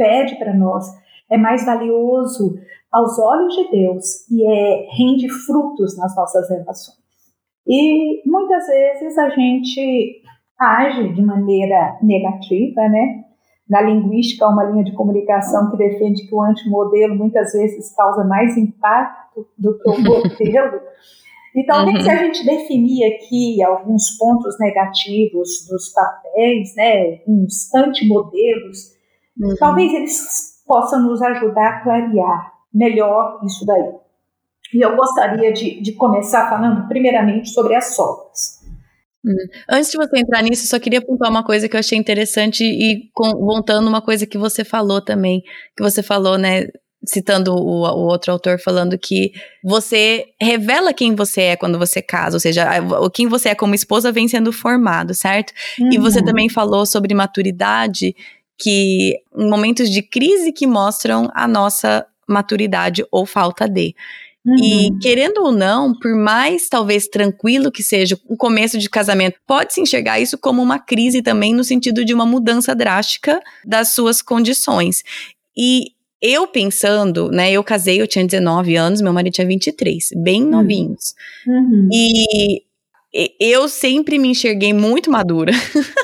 pede para nós é mais valioso aos olhos de Deus e é, rende frutos nas nossas relações. E muitas vezes a gente age de maneira negativa, né? Na linguística, há uma linha de comunicação que defende que o antimodelo muitas vezes causa mais impacto do que o modelo. E talvez uhum. se a gente definir aqui alguns pontos negativos dos papéis, né, uns antimodelos, uhum. talvez eles possam nos ajudar a clarear melhor isso daí. E eu gostaria de, de começar falando primeiramente sobre as sogras. Hum. Antes de você entrar nisso, só queria pontuar uma coisa que eu achei interessante e com, voltando uma coisa que você falou também, que você falou, né, citando o, o outro autor falando que você revela quem você é quando você casa, ou seja, quem você é como esposa vem sendo formado, certo? Uhum. E você também falou sobre maturidade, que em momentos de crise que mostram a nossa maturidade ou falta de. Uhum. E querendo ou não, por mais talvez tranquilo que seja o começo de casamento, pode-se enxergar isso como uma crise também no sentido de uma mudança drástica das suas condições. E eu pensando, né, eu casei, eu tinha dezenove anos, meu marido tinha vinte e três, bem novinhos. Uhum. E eu sempre me enxerguei muito madura.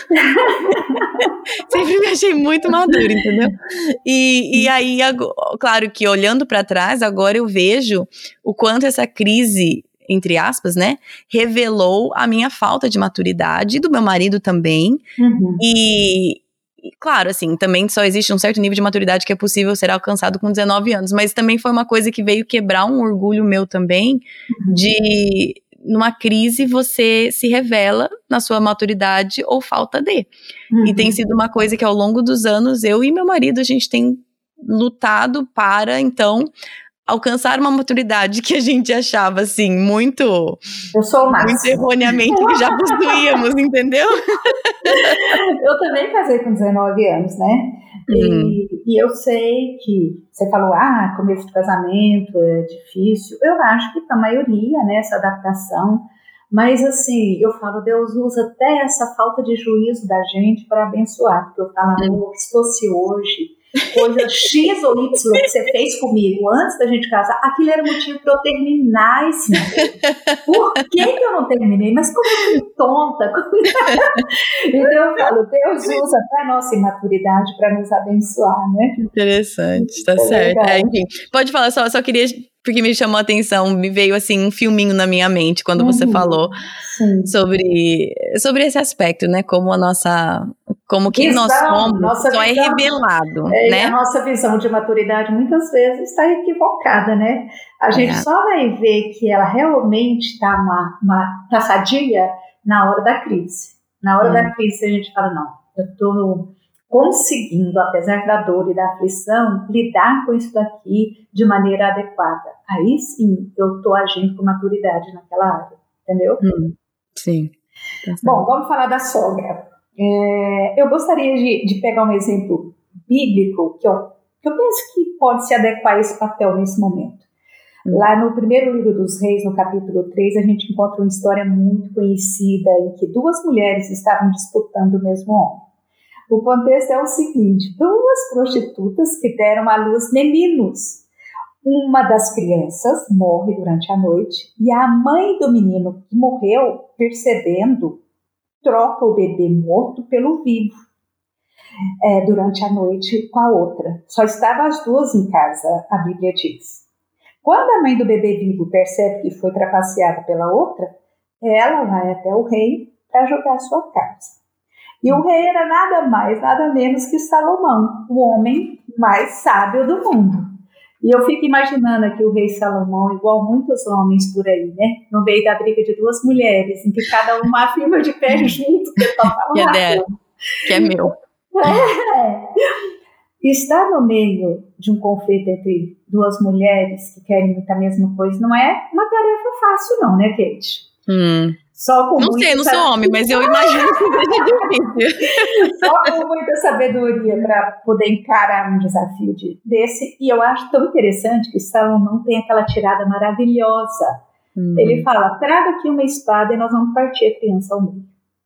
Sempre me achei muito madura, entendeu? E, e aí, claro que olhando para trás, agora eu vejo o quanto essa crise, entre aspas, né, revelou a minha falta de maturidade, do meu marido também. Uhum. E, e, claro, assim, também só existe um certo nível de maturidade que é possível ser alcançado com dezenove anos, mas também foi uma coisa que veio quebrar um orgulho meu também, uhum. de... numa crise você se revela na sua maturidade ou falta de. Uhum. E tem sido uma coisa que ao longo dos anos, eu e meu marido, a gente tem lutado para, então, alcançar uma maturidade que a gente achava, assim, muito... Eu sou o muito erroneamente que já possuíamos, entendeu? Eu também casei com dezenove anos, né? Uhum. E, e eu sei que você falou, ah, começo de casamento é difícil. Eu acho que para a maioria, né, essa adaptação. Mas assim, eu falo, Deus usa até essa falta de juízo da gente para abençoar. Porque eu falo, amor, se fosse hoje, coisa X ou Y que você fez comigo antes da gente casar, aquilo era motivo para eu terminar esse namoro. Por que, que eu não terminei? Mas como eu fui tonta? Então eu falo, Deus usa até a nossa imaturidade para nos abençoar, né? Interessante, tá é certo. É, enfim, pode falar, só, só queria... porque me chamou a atenção, me veio assim um filminho na minha mente quando uhum, você falou sobre, sobre esse aspecto, né, como a nossa, como quem visão, nós somos só visão, é revelado, é, né? A nossa visão de maturidade muitas vezes está equivocada, né? A gente é. só vai ver que ela realmente está uma, uma tá sadia na hora da crise. Na hora hum. da crise a gente fala, não, eu estou... conseguindo, apesar da dor e da aflição, lidar com isso daqui de maneira adequada. Aí sim, eu estou agindo com maturidade naquela área, entendeu? Hum, sim. Bom, vamos falar da sogra. É, eu gostaria de, de pegar um exemplo bíblico que eu, que eu penso que pode se adequar a esse papel nesse momento. Hum. Lá no primeiro livro dos Reis, no capítulo três, a gente encontra uma história muito conhecida em que duas mulheres estavam disputando o mesmo homem. O contexto é o seguinte, duas prostitutas que deram à luz meninos. Uma das crianças morre durante a noite e a mãe do menino que morreu, percebendo, troca o bebê morto pelo vivo é, durante a noite com a outra. Só estavam as duas em casa, a Bíblia diz. Quando a mãe do bebê vivo percebe que foi trapaceada pela outra, ela vai até o rei para jogar sua casa. E o rei era nada mais, nada menos que Salomão, o homem mais sábio do mundo. E eu fico imaginando aqui o rei Salomão, igual muitos homens por aí, né? No meio da briga de duas mulheres, em que cada uma afirma de pé junto que que, é dela, que é meu. É. Estar no meio de um conflito entre duas mulheres que querem muito a mesma coisa não é uma tarefa fácil não, né, Kate? Hum. Só com não sei, não sou homem, mas eu imagino que seja difícil. Só com muita sabedoria para poder encarar um desafio de, desse. E eu acho tão interessante que Salomão tem aquela tirada maravilhosa. Uhum. Ele fala, traga aqui uma espada e nós vamos partir a criança ao meio.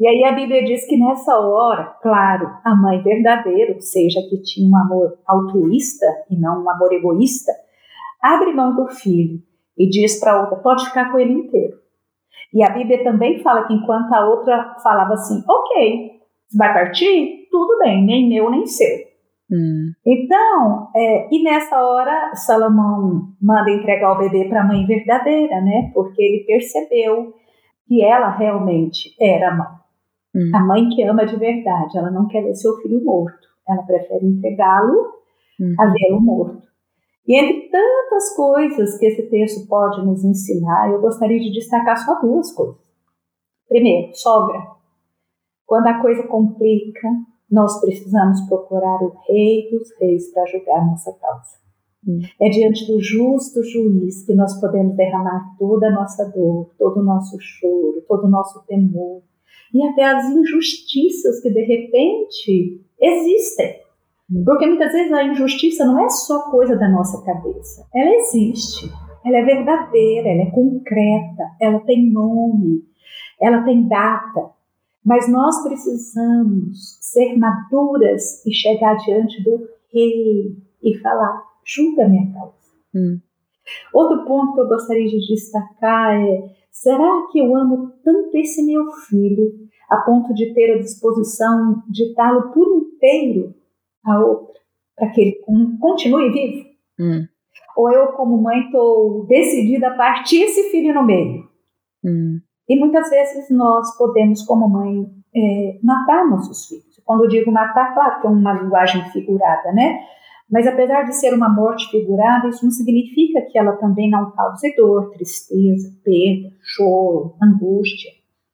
E aí a Bíblia diz que nessa hora, claro, a mãe verdadeira, ou seja, que tinha um amor altruísta e não um amor egoísta, abre mão do filho e diz para a outra, pode ficar com ele inteiro. E a Bíblia também fala que enquanto a outra falava assim, ok, vai partir? Tudo bem, nem meu nem seu. Hum. Então, é, e nessa hora Salomão manda entregar o bebê para a mãe verdadeira, né? Porque ele percebeu que ela realmente era a mãe. Hum. A mãe que ama de verdade, ela não quer ver seu filho morto, ela prefere entregá-lo hum. a vê-lo morto. E entre tantas coisas que esse texto pode nos ensinar, eu gostaria de destacar só duas coisas. Primeiro, sogra. Quando a coisa complica, nós precisamos procurar o Rei dos Reis para julgar nossa causa. Hum. É diante do justo juiz que nós podemos derramar toda a nossa dor, todo o nosso choro, todo o nosso temor e até as injustiças que de repente existem. Hum. Porque muitas vezes a injustiça não é só coisa da nossa cabeça. Ela existe, ela é verdadeira, ela é concreta, ela tem nome, ela tem data. Mas nós precisamos ser maduras e chegar diante do Rei e falar, julga minha causa. Hum. Outro ponto que eu gostaria de destacar é, será que eu amo tanto esse meu filho a ponto de ter a disposição de dá-lo por inteiro a outra, para que ele continue vivo? Hum. Ou eu, como mãe, estou decidida a partir esse filho no meio? Hum. E muitas vezes nós podemos, como mãe, é, matar nossos filhos. Quando eu digo matar, claro que é uma linguagem figurada, né? Mas apesar de ser uma morte figurada, isso não significa que ela também não cause dor, tristeza, perda, choro, angústia.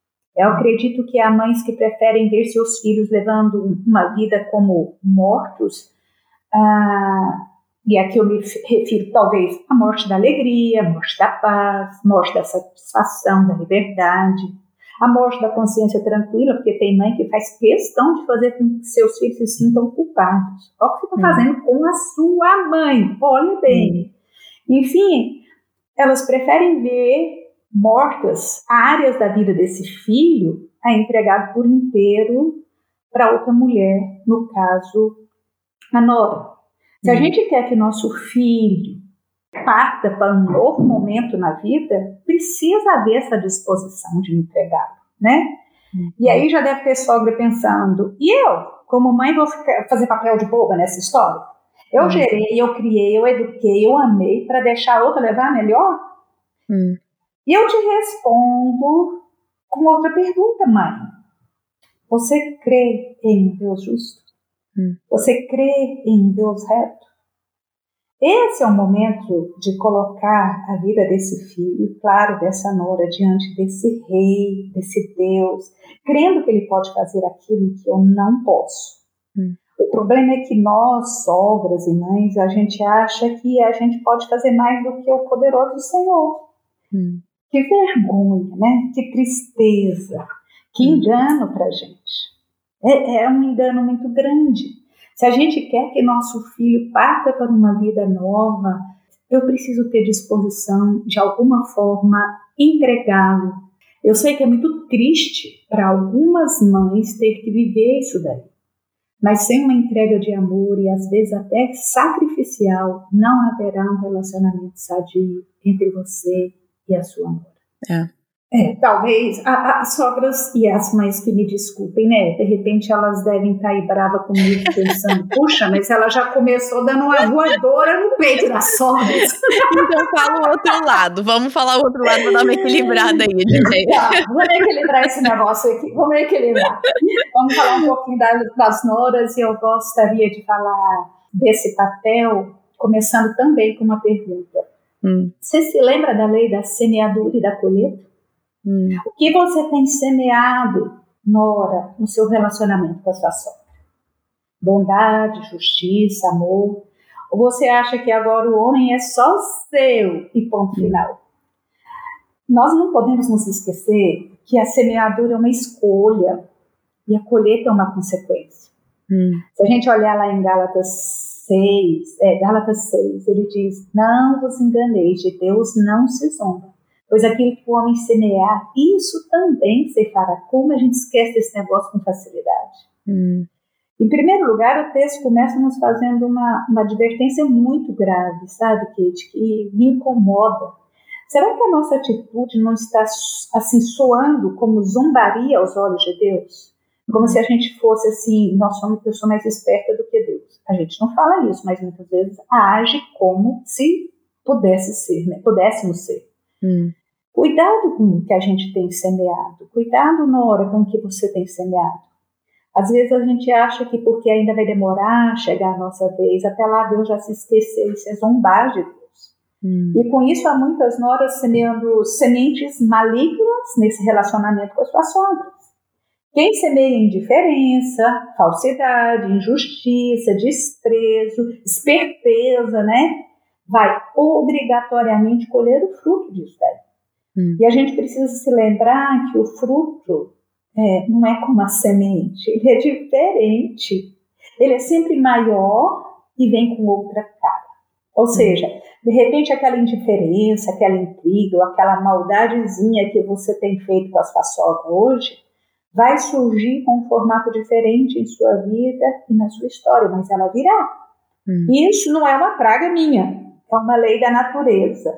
Eu acredito que há mães que preferem ver seus filhos levando uma vida como mortos, ah, e aqui eu me refiro talvez à morte da alegria, à morte da paz, morte da satisfação, da liberdade, a morte da consciência tranquila, porque tem mãe que faz questão de fazer com que seus filhos se sintam culpados. Olha o que você está fazendo com a sua mãe, olhe bem. Hum. Enfim, elas preferem ver mortas áreas da vida desse filho a entregar por inteiro para outra mulher, no caso, a nora. Se a hum. gente quer que nosso filho parta para um novo momento na vida, precisa haver essa disposição de entregá-lo, né? Hum. E aí já deve ter sogra pensando, e eu, como mãe, vou ficar, fazer papel de boba nessa história? Eu hum. gerei, eu criei, eu eduquei, eu amei para deixar a outra levar melhor? Hum. E eu te respondo com outra pergunta, mãe. Você crê em um Deus justo? Hum. Você crê em um Deus reto? Esse é o momento de colocar a vida desse filho, claro, dessa nora, diante desse rei, desse Deus, crendo que ele pode fazer aquilo que eu não posso. Hum. O problema é que nós, sogras e mães, a gente acha que a gente pode fazer mais do que o poderoso Senhor. Hum. Que vergonha, né? Que tristeza, que engano para a gente. É, é um engano muito grande. Se a gente quer que nosso filho parta para uma vida nova, eu preciso ter disposição, de alguma forma, entregá-lo. Eu sei que é muito triste para algumas mães ter que viver isso daí. Mas sem uma entrega de amor e às vezes até sacrificial, não haverá um relacionamento sadio entre você e a sua nora. É. É, talvez a, as sogras e as mães que me desculpem, né? De repente elas devem estar aí brava comigo pensando, puxa, mas ela já começou dando uma voadora no peito das sogras. Então fala o outro lado, vamos falar o outro lado para dar uma equilibrada aí, gente. Tá, vamos equilibrar esse negócio aqui, vamos equilibrar. Vamos falar um pouquinho das, das noras e eu gostaria de falar desse papel, começando também com uma pergunta. Hum. Você se lembra da lei da semeadura e da colheita? Hum. O que você tem semeado, nora, no seu relacionamento com a sua sogra? Bondade, justiça, amor? Ou você acha que agora o homem é só seu e ponto final? Hum. Nós não podemos nos esquecer que a semeadura é uma escolha e a colheita é uma consequência. Hum. Se a gente olhar lá em Gálatas seis, é, Gálatas seis, ele diz, não vos enganeis, de Deus não se zomba. Pois aquilo que o homem semear, isso também se fará. Como a gente esquece esse negócio com facilidade. Hum. Em primeiro lugar, o texto começa nos fazendo uma, uma advertência muito grave, sabe, Kate, que me incomoda. Será que a nossa atitude não está assim soando como zombaria aos olhos de Deus? Como se a gente fosse assim, nós somos eu sou mais esperta do que Deus. A gente não fala isso, mas muitas vezes age como se pudesse ser, né? Pudéssemos ser. Hum. Cuidado com o que a gente tem semeado. Cuidado, Nora, com o que você tem semeado. Às vezes a gente acha que porque ainda vai demorar a chegar a nossa vez, até lá Deus já se esqueceu, isso é zombar de Deus. Hum. E com isso há muitas noras semeando sementes malignas nesse relacionamento com as suas sogras. Quem semeia indiferença, falsidade, injustiça, desprezo, esperteza, né, vai obrigatoriamente colher o fruto disso daí. Hum. E a gente precisa se lembrar que o fruto é, não é como a semente, ele é diferente. Ele é sempre maior e vem com outra cara. Ou hum. seja, de repente aquela indiferença, aquela intriga, ou aquela maldadezinha que você tem feito com as sua sogra hoje, vai surgir com um formato diferente em sua vida e na sua história, mas ela virá. Hum. E isso não é uma praga minha, é uma lei da natureza.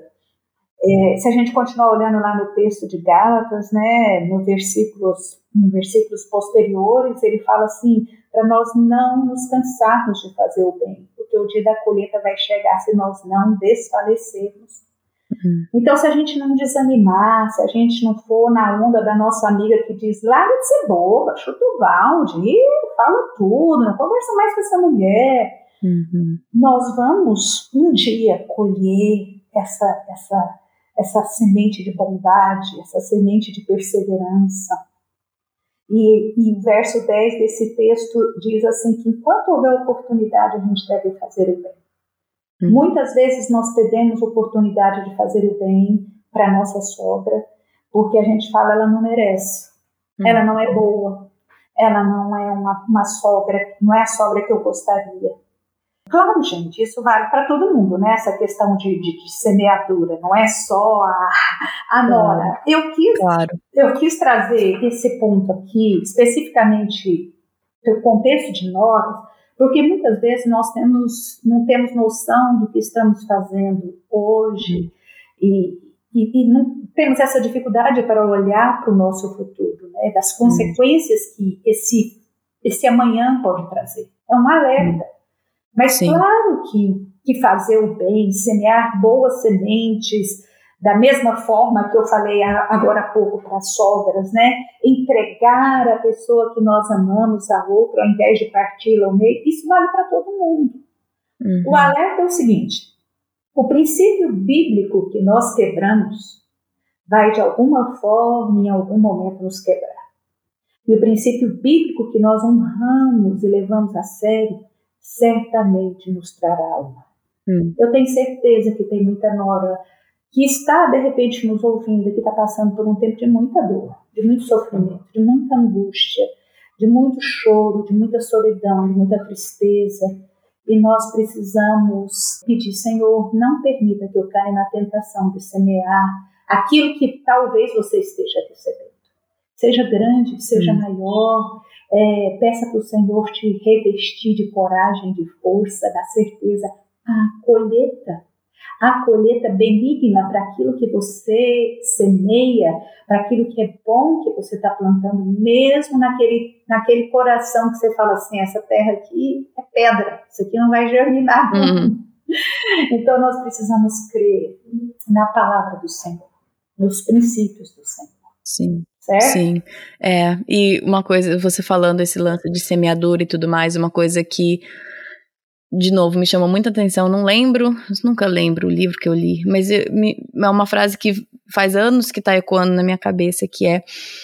É, se a gente continuar olhando lá no texto de Gálatas, né, no versículos, no versículos posteriores, ele fala assim, para nós não nos cansarmos de fazer o bem, porque o dia da colheita vai chegar se nós não desfalecermos. Uhum. Então, se a gente não desanimar, se a gente não for na onda da nossa amiga que diz, larga de ser boba, chuta o balde, fala tudo, não conversa mais com essa mulher, uhum. nós vamos um dia colher essa, essa, essa semente de bondade, essa semente de perseverança. E, e o verso dez desse texto diz assim, que enquanto houver oportunidade, a gente deve fazer o bem. Hum. Muitas vezes nós perdemos oportunidade de fazer o bem para a nossa sogra, porque a gente fala, ela não merece, hum. ela não é boa, ela não é uma, uma sogra, não é a sogra que eu gostaria. Claro, gente, isso vale para todo mundo, né? Essa questão de, de, de semeadura, não é só a, a nora. Claro. Eu, quis, claro. eu quis trazer esse ponto aqui, especificamente pelo contexto de noras, porque muitas vezes nós temos, não temos noção do que estamos fazendo hoje e, e, e não temos essa dificuldade para olhar para o nosso futuro, né, das consequências que esse, esse amanhã pode trazer. É um alerta. Mas Sim. claro que, que fazer o bem, semear boas sementes, da mesma forma que eu falei agora há pouco para as sogras, né? Entregar a pessoa que nós amamos a outra, ao invés de parti-la ao meio, isso vale para todo mundo. Uhum. O alerta é o seguinte, o princípio bíblico que nós quebramos vai de alguma forma, em algum momento, nos quebrar. E o princípio bíblico que nós honramos e levamos a sério, certamente nos trará alma. Uhum. Eu tenho certeza que tem muita nora que está, de repente, nos ouvindo e que está passando por um tempo de muita dor, de muito sofrimento, de muita angústia, de muito choro, de muita solidão, de muita tristeza. E nós precisamos pedir, Senhor, não permita que eu caia na tentação de semear aquilo que talvez você esteja recebendo. Seja grande, seja hum. maior, é, peça para o Senhor te revestir de coragem, de força, da certeza. A colheita A colheita benigna para aquilo que você semeia, para aquilo que é bom que você está plantando, mesmo naquele, naquele coração que você fala assim, essa terra aqui é pedra, isso aqui não vai germinar. Uhum. Então nós precisamos crer na palavra do Senhor, nos princípios do Senhor. Sim. Certo? Sim, é, e uma coisa, você falando esse lance de semeadura e tudo mais, uma coisa que de novo, me chamou muita atenção, não lembro, nunca lembro o livro que eu li, mas eu, me, é uma frase que faz anos que está ecoando na minha cabeça, que é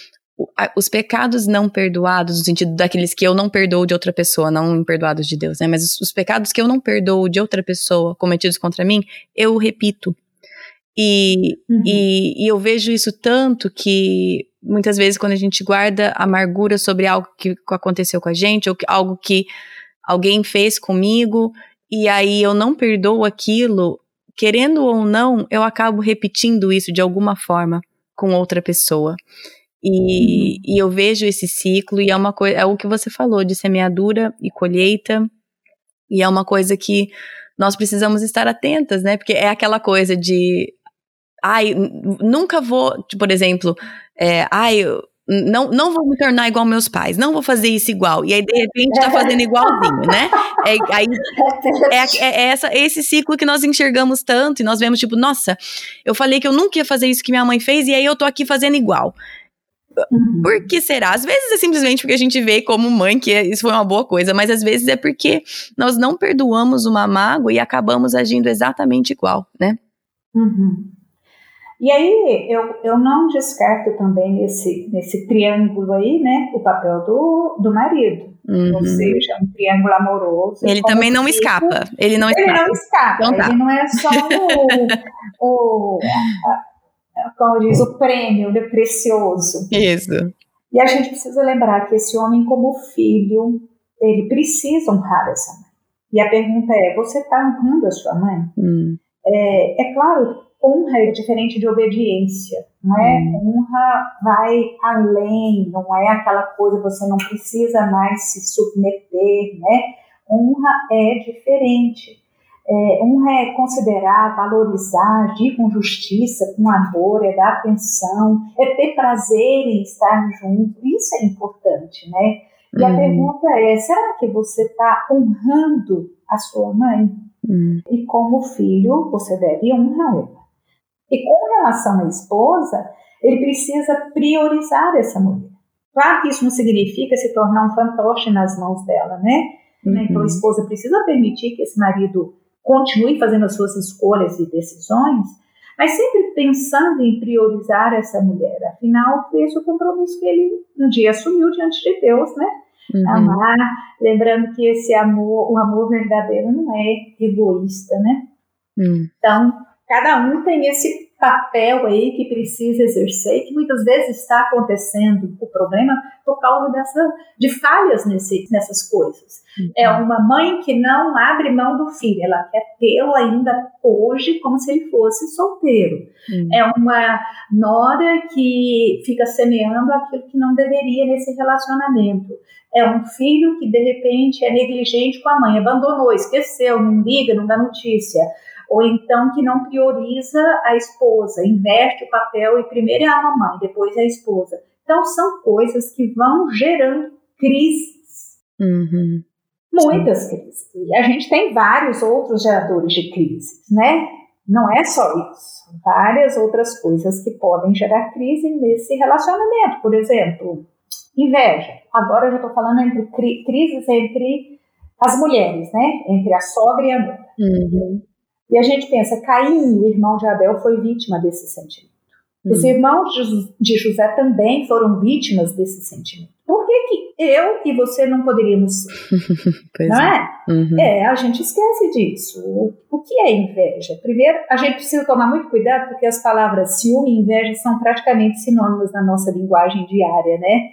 os pecados não perdoados, no sentido daqueles que eu não perdoo de outra pessoa, não imperdoados de Deus, né, mas os, os pecados que eu não perdoo de outra pessoa, cometidos contra mim, eu repito. E, uhum. e, e eu vejo isso tanto que muitas vezes quando a gente guarda amargura sobre algo que aconteceu com a gente, ou que, algo que alguém fez comigo, e aí eu não perdoo aquilo, querendo ou não, eu acabo repetindo isso de alguma forma com outra pessoa. E, uhum. e eu vejo esse ciclo, e é uma coisa, é o que você falou, de semeadura e colheita, e é uma coisa que nós precisamos estar atentas, né? Porque é aquela coisa de, ai, nunca vou, tipo, por exemplo, é, ai, eu não, não vou me tornar igual meus pais, não vou fazer isso igual, e aí de repente tá fazendo igualzinho, né? É, aí, é, é, essa, é esse ciclo que nós enxergamos tanto, e nós vemos tipo, nossa, eu falei que eu nunca ia fazer isso que minha mãe fez, e aí eu tô aqui fazendo igual. Uhum. Por que será? Às vezes é simplesmente porque a gente vê como mãe que isso foi uma boa coisa, mas às vezes é porque nós não perdoamos uma mágoa e acabamos agindo exatamente igual, né? Uhum. E aí, eu, eu não descarto também nesse, nesse triângulo aí, né, o papel do, do marido. Uhum. Ou seja, um triângulo amoroso. Ele também não filho, escapa. Ele não ele escapa. Não escapa. Então, tá. Ele não é só o, o, a, como diz, o prêmio, né, precioso. Isso. E a gente precisa lembrar que esse homem, como filho, ele precisa honrar essa mãe. E a pergunta é, você está honrando a sua mãe? Hum. É, é claro, honra é diferente de obediência, não é? Hum. Honra vai além, não é aquela coisa, você não precisa mais se submeter, né? Honra é diferente. É, honra é considerar, valorizar, agir com justiça, com amor, é dar atenção, é ter prazer em estar junto. Isso é importante, né? E hum. a pergunta é, será que você está honrando a sua mãe? Hum. E como filho, você deve honrar ela. E com relação à esposa, ele precisa priorizar essa mulher. Claro que isso não significa se tornar um fantoche nas mãos dela, né? Uhum. Então a esposa precisa permitir que esse marido continue fazendo as suas escolhas e decisões, mas sempre pensando em priorizar essa mulher. Afinal, foi esse o compromisso que ele um dia assumiu diante de Deus, né? Uhum. Amar, lembrando que esse amor, o amor verdadeiro não é egoísta, né? Uhum. Então, cada um tem esse papel aí que precisa exercer, que muitas vezes está acontecendo o problema por causa dessa, de falhas nesse, nessas coisas. Uhum. É uma mãe que não abre mão do filho, ela quer tê-lo ainda hoje como se ele fosse solteiro. Uhum. É uma nora que fica semeando aquilo que não deveria nesse relacionamento. É um filho que de repente é negligente com a mãe, abandonou, esqueceu, não liga, não dá notícia. Ou então que não prioriza a esposa, inverte o papel e primeiro é a mamãe, depois é a esposa. Então são coisas que vão gerando crises. Uhum. Muitas Sim. crises. E a gente tem vários outros geradores de crises, né? Não é só isso. Várias outras coisas que podem gerar crise nesse relacionamento. Por exemplo, inveja. Agora eu já estou falando entre cri- crises entre as mulheres, né? Entre a sogra e a nora. Uhum. E a gente pensa, Caim, o irmão de Abel, foi vítima desse sentimento. Hum. Os irmãos de José também foram vítimas desse sentimento. Por que que eu e você não poderíamos ser? Não é? É? Uhum. É, a gente esquece disso. O, o que é inveja? Primeiro, a gente precisa tomar muito cuidado porque as palavras ciúme e inveja são praticamente sinônimos na nossa linguagem diária, né?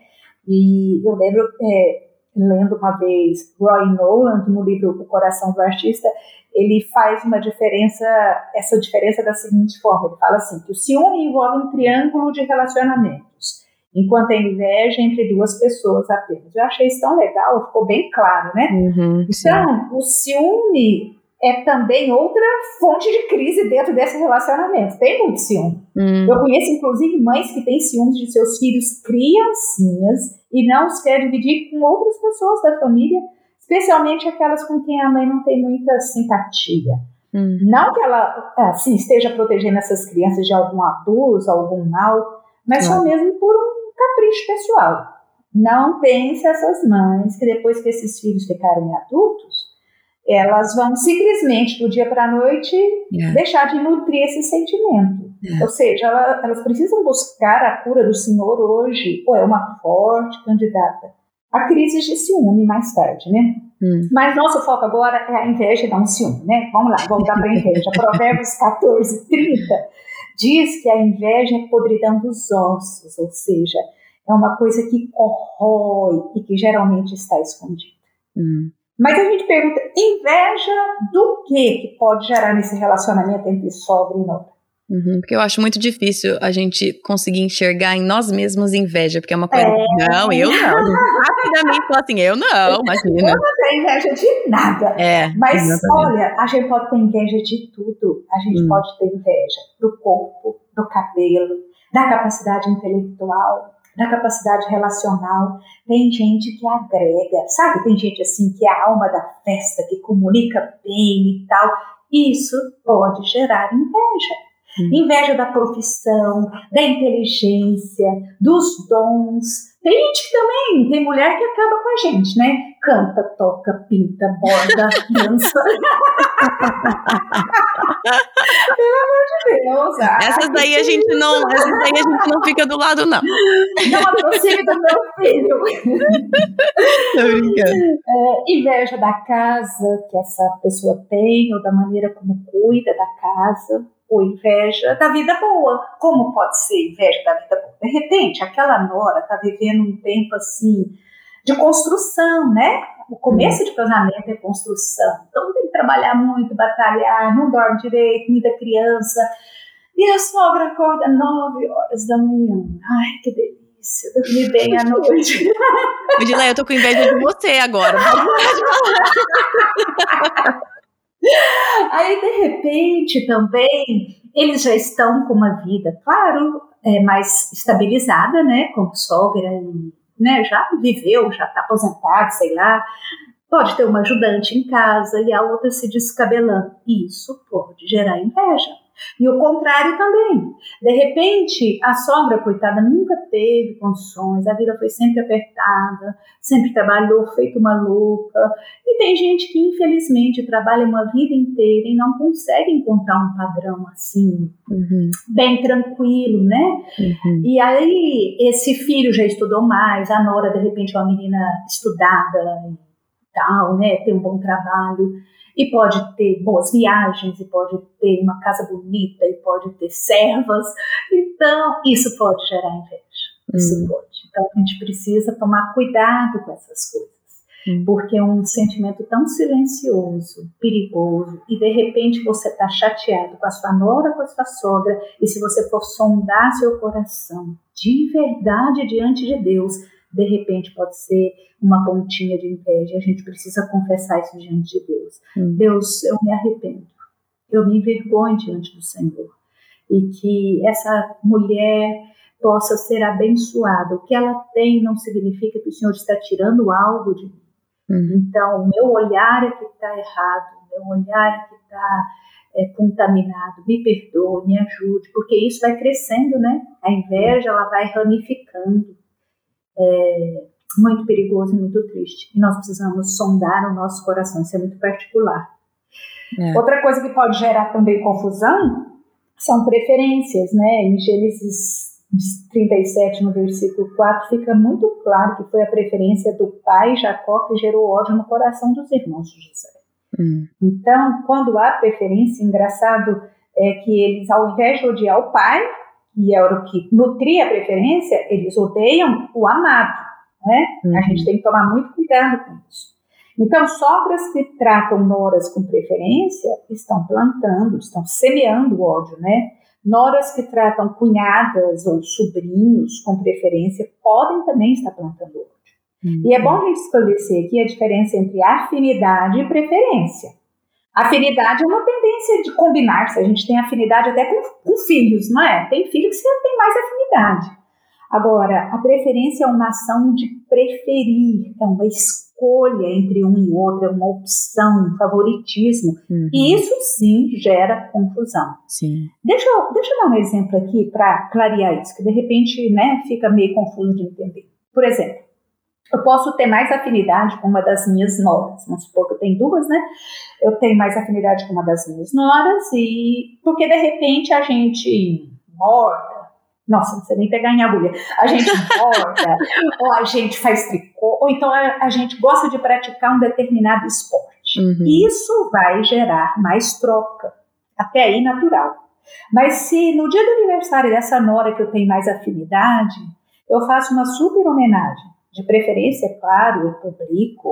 E eu lembro, é, lendo uma vez Roy Noland, no livro O Coração do Artista, ele faz uma diferença, essa diferença da seguinte forma, ele fala assim, que o ciúme envolve um triângulo de relacionamentos, enquanto a inveja é entre duas pessoas apenas. Eu achei isso tão legal, ficou bem claro, né? Uhum, então, o ciúme é também outra fonte de crise dentro desse relacionamento, tem muito ciúme. Uhum. Eu conheço, inclusive, mães que têm ciúmes de seus filhos criancinhas e não os quer dividir com outras pessoas da família, especialmente aquelas com quem a mãe não tem muita simpatia. Hum. Não que ela assim, esteja protegendo essas crianças de algum abuso, algum mal, mas claro. Só mesmo por um capricho pessoal. Não pense essas mães que depois que esses filhos ficarem adultos, elas vão simplesmente do dia para a noite yeah. deixar de nutrir esse sentimento. Yeah. Ou seja, ela, elas precisam buscar a cura do Senhor hoje, ou é uma forte candidata a crise de ciúme mais tarde, né? Hum. Mas nosso foco agora é a inveja e não o ciúme, né? Vamos lá, voltar para a inveja. Provérbios catorze, trinta diz que a inveja é podridão dos ossos, ou seja, é uma coisa que corrói e que geralmente está escondida. Hum. Mas a gente pergunta, inveja do que que pode gerar nesse relacionamento entre sogra e nora? Uhum, porque eu acho muito difícil a gente conseguir enxergar em nós mesmos inveja, porque é uma coisa, É. não, eu não, a gente rapidamente fala assim, eu não, imagina. Eu não tenho inveja de nada, É, mas exatamente. olha, a gente pode ter inveja de tudo, a gente Hum. pode ter inveja do corpo, do cabelo, da capacidade intelectual, da capacidade relacional. Tem gente que agrega, sabe? Tem gente assim que é a alma da festa, que comunica bem e tal. Isso pode gerar inveja. Hum. Inveja da profissão, da inteligência, dos dons. Tem gente que também, tem mulher que acaba com a gente, né? Canta, toca, pinta, borda, dança. Pelo amor de Deus. Essas daí a gente não, essas daí a gente não fica do lado, não. Não aproxime do meu filho. Tô brincando. É, inveja da casa que essa pessoa tem, ou da maneira como cuida da casa. Ou inveja da vida boa. Como pode ser inveja da vida boa? De repente, aquela nora está vivendo um tempo assim de construção, né? O começo de casamento é construção. Então tem que trabalhar muito, batalhar, não dorme direito, muita criança. E a sogra acorda nove horas da manhã. Ai, que delícia, dormir bem à noite. Edileia, eu tô com inveja de você agora. Aí, de repente, também, eles já estão com uma vida, claro, é, mais estabilizada, né, como sogra, e, né, já viveu, já está aposentado, sei lá, pode ter uma ajudante em casa e a outra se descabelando. Isso pode gerar inveja. E o contrário também. De repente, a sogra, coitada, nunca teve condições, a vida foi sempre apertada, sempre trabalhou feito uma louca. E tem gente que, infelizmente, trabalha uma vida inteira e não consegue encontrar um padrão assim, uhum. bem tranquilo, né? Uhum. E aí, esse filho já estudou mais, a nora, de repente, é uma menina estudada e tal, né? Tem um bom trabalho. E pode ter boas viagens, e pode ter uma casa bonita, e pode ter servas. Então, isso pode gerar inveja. Isso hum. pode. Então, a gente precisa tomar cuidado com essas coisas. Hum. Porque é um sentimento tão silencioso, perigoso, e de repente você está chateado com a sua nora, com a sua sogra, e se você for sondar seu coração de verdade diante de Deus, de repente pode ser uma pontinha de inveja. A gente precisa confessar isso diante de Deus. Hum. Deus, eu me arrependo. Eu me envergonho diante do Senhor. E que essa mulher possa ser abençoada. O que ela tem não significa que o Senhor está tirando algo de mim. Hum. Então, o meu olhar é que está errado. O meu olhar é que está é, contaminado. Me perdoe, me ajude. Porque isso vai crescendo, né? A inveja, ela vai ramificando. É muito perigoso e muito triste. E nós precisamos sondar o nosso coração. Isso é muito particular. É. Outra coisa que pode gerar também confusão são preferências, né? Em Gênesis trinta e sete, no versículo quatro, fica muito claro que foi a preferência do pai Jacó que gerou ódio no coração dos irmãos de José. Hum. Então, quando há preferência, engraçado é que eles, ao invés de odiar o pai, e era o que nutria a preferência, eles odeiam o amado, né? Uhum. A gente tem que tomar muito cuidado com isso. Então, sogras que tratam noras com preferência estão plantando, estão semeando ódio, né? Noras que tratam cunhadas ou sobrinhos com preferência podem também estar plantando ódio. Uhum. E é bom a gente esclarecer aqui a diferença entre afinidade e preferência. Afinidade é uma tendência de combinar-se. A gente tem afinidade até com, com filhos, não é? Tem filho que você tem mais afinidade. Agora, a preferência é uma ação de preferir, é uma escolha entre um e outro, é uma opção, um favoritismo. Uhum. E isso sim gera confusão. Sim. Deixa eu, deixa eu dar um exemplo aqui para clarear isso, que de repente, né, fica meio confuso de entender. Por exemplo, eu posso ter mais afinidade com uma das minhas noras. Vamos supor que eu tenho duas, né? Eu tenho mais afinidade com uma das minhas noras e... Porque, de repente, a gente borda. Nossa, não sei nem pegar em agulha. A gente borda, ou a gente faz tricô, ou então a, a gente gosta de praticar um determinado esporte. Uhum. Isso vai gerar mais troca. Até aí, natural. Mas se no dia do aniversário dessa nora que eu tenho mais afinidade, eu faço uma super homenagem. De preferência, é claro, eu publico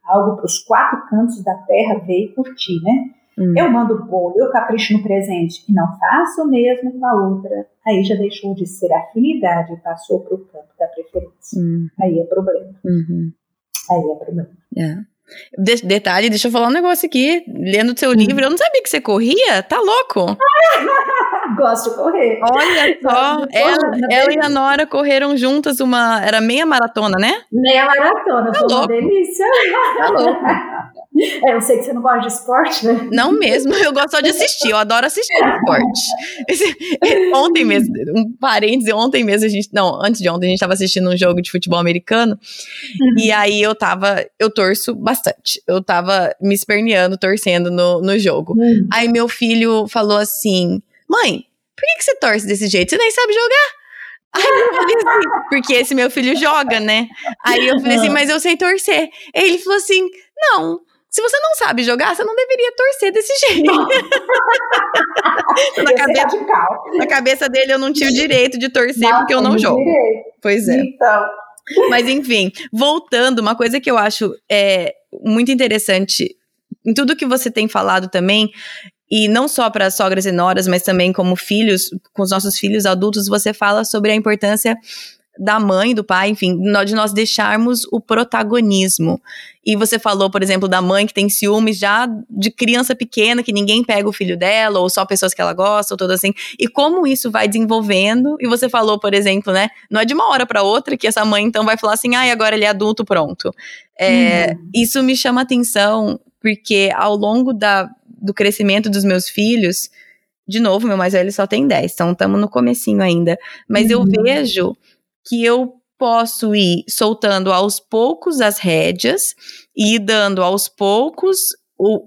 algo para os quatro cantos da terra ver e curtir, né? Hum. Eu mando bolo, eu capricho no presente e não faço o mesmo com a outra, aí já deixou de ser afinidade e passou para o campo da preferência. Hum. Aí é problema. Uhum. Aí é problema. É. De- detalhe, deixa eu falar um negócio aqui. Lendo o seu hum. livro, eu não sabia que você corria? Tá louco? Gosto de correr. Olha só, correr, ela, ela e a Nora correram juntas uma... Era meia maratona, né? Meia maratona, tá foi louco. Uma delícia. Tá louco. É, eu sei que você não gosta de esporte, né? Não mesmo, eu gosto só de assistir, eu adoro assistir esporte. Esse, ontem mesmo, um parêntese, ontem mesmo a gente, não, antes de ontem a gente tava assistindo um jogo de futebol americano, uhum. e aí eu tava, eu torço bastante, eu tava me esperneando, torcendo no, no jogo. Uhum. Aí meu filho falou assim, mãe, por que, que você torce desse jeito? Você nem sabe jogar? Aí eu falei assim, porque esse meu filho joga, né? Aí eu falei assim, mas eu sei torcer. Aí ele falou assim, não, se você não sabe jogar, você não deveria torcer desse jeito. na, cabeça, na cabeça dele eu não tinha o direito de torcer não, porque eu não jogo. Direito. Pois é. Então. Mas enfim, voltando, uma coisa que eu acho é, muito interessante em tudo que você tem falado também, e não só para sogras e noras, mas também como filhos, com os nossos filhos adultos, você fala sobre a importância da mãe, do pai, enfim, de nós deixarmos o protagonismo. E você falou, por exemplo, da mãe que tem ciúmes já de criança pequena, que ninguém pega o filho dela, ou só pessoas que ela gosta, ou tudo assim. E como isso vai desenvolvendo. E você falou, por exemplo, né, não é de uma hora para outra que essa mãe então vai falar assim, ai, ah, agora ele é adulto, pronto. É, uhum. Isso me chama atenção, porque ao longo da, do crescimento dos meus filhos, de novo, meu mais velho só tem dez, então estamos no comecinho ainda. Mas uhum. eu vejo que eu posso ir soltando aos poucos as rédeas e ir dando aos poucos o,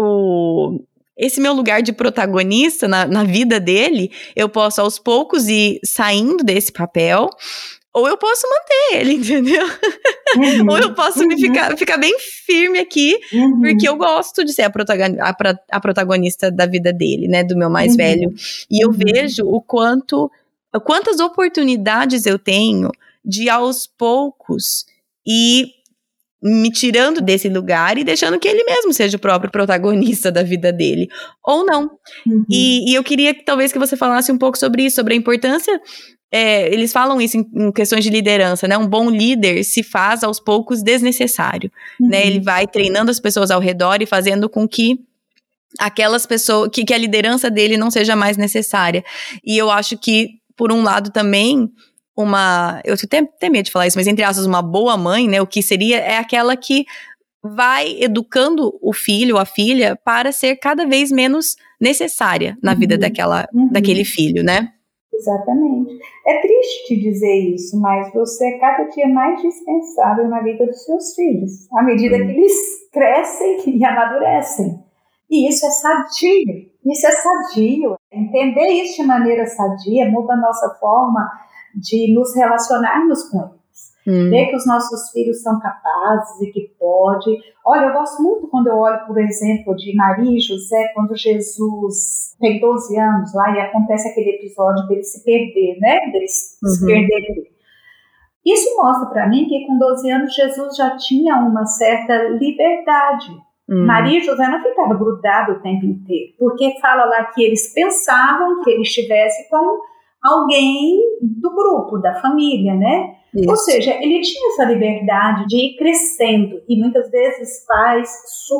o, esse meu lugar de protagonista na, na vida dele, eu posso aos poucos ir saindo desse papel, ou eu posso manter ele, entendeu? Uhum, ou eu posso uhum. me ficar, ficar bem firme aqui, uhum. porque eu gosto de ser a, protagon, a, a protagonista da vida dele, né, do meu mais uhum. velho. E eu uhum. vejo o quanto... quantas oportunidades eu tenho de aos poucos ir me tirando desse lugar e deixando que ele mesmo seja o próprio protagonista da vida dele, ou não. Uhum. E, e eu queria que talvez que você falasse um pouco sobre isso, sobre a importância, é, eles falam isso em, em questões de liderança, né? Um bom líder se faz aos poucos desnecessário, uhum. né? Ele vai treinando as pessoas ao redor e fazendo com que aquelas pessoas, que, que a liderança dele não seja mais necessária. E eu acho que por um lado também, uma, eu tenho até medo de falar isso, mas entre aspas, uma boa mãe, né, o que seria, é aquela que vai educando o filho ou a filha para ser cada vez menos necessária na uhum. vida daquela, uhum. daquele filho, né? Exatamente. É triste te dizer isso, mas você é cada dia mais dispensável na vida dos seus filhos, à medida uhum. que eles crescem e amadurecem. E isso é sadio. Isso é sadio. Entender isso de maneira sadia muda a nossa forma de nos relacionarmos com eles. Hum. Ver que os nossos filhos são capazes e que pode. Olha, eu gosto muito quando eu olho, por exemplo, de Maria e José, quando Jesus tem doze anos lá e acontece aquele episódio dele se perder, né? Deles uhum. se perderem. Isso mostra para mim que com doze anos Jesus já tinha uma certa liberdade. Hum. Maria e José não ficavam grudados o tempo inteiro, porque fala lá que eles pensavam que ele estivesse com alguém do grupo, da família, né? Isso. Ou seja, ele tinha essa liberdade de ir crescendo, e muitas vezes pais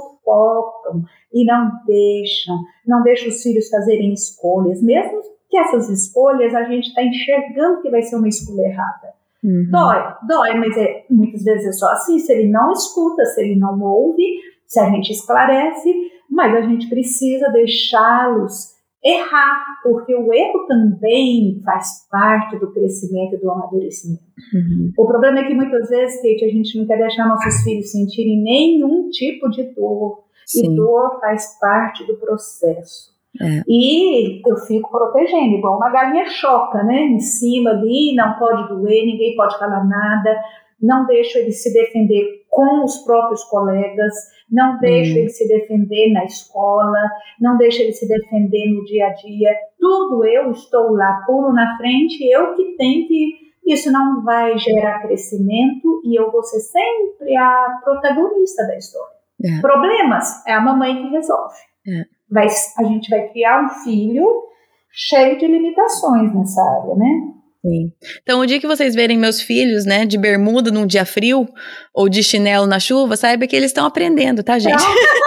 sufocam e não deixam, não deixam os filhos fazerem escolhas, mesmo que essas escolhas a gente está enxergando que vai ser uma escolha errada. Uhum. Dói, dói, mas é, muitas vezes é só assim, se ele não escuta, se ele não ouve, se a gente esclarece, mas a gente precisa deixá-los errar, porque o erro também faz parte do crescimento e do amadurecimento. Uhum. O problema é que muitas vezes, Kate, a gente não quer deixar nossos filhos sentirem nenhum tipo de dor. Sim. E dor faz parte do processo. É. E eu fico protegendo, igual uma galinha choca, né? Em cima ali, não pode doer, ninguém pode falar nada, não deixo ele se defender com os próprios colegas, não deixo hum. ele se defender na escola, não deixo ele se defender no dia a dia, tudo eu estou lá, puro na frente, eu que tenho que isso não vai gerar crescimento e eu vou ser sempre a protagonista da história. É. Problemas é a mamãe que resolve. É. Vai, a gente vai criar um filho cheio de limitações nessa área, né? Sim. Então, o dia que vocês verem meus filhos, né, de bermuda num dia frio ou de chinelo na chuva, saiba que eles estão aprendendo, tá, gente?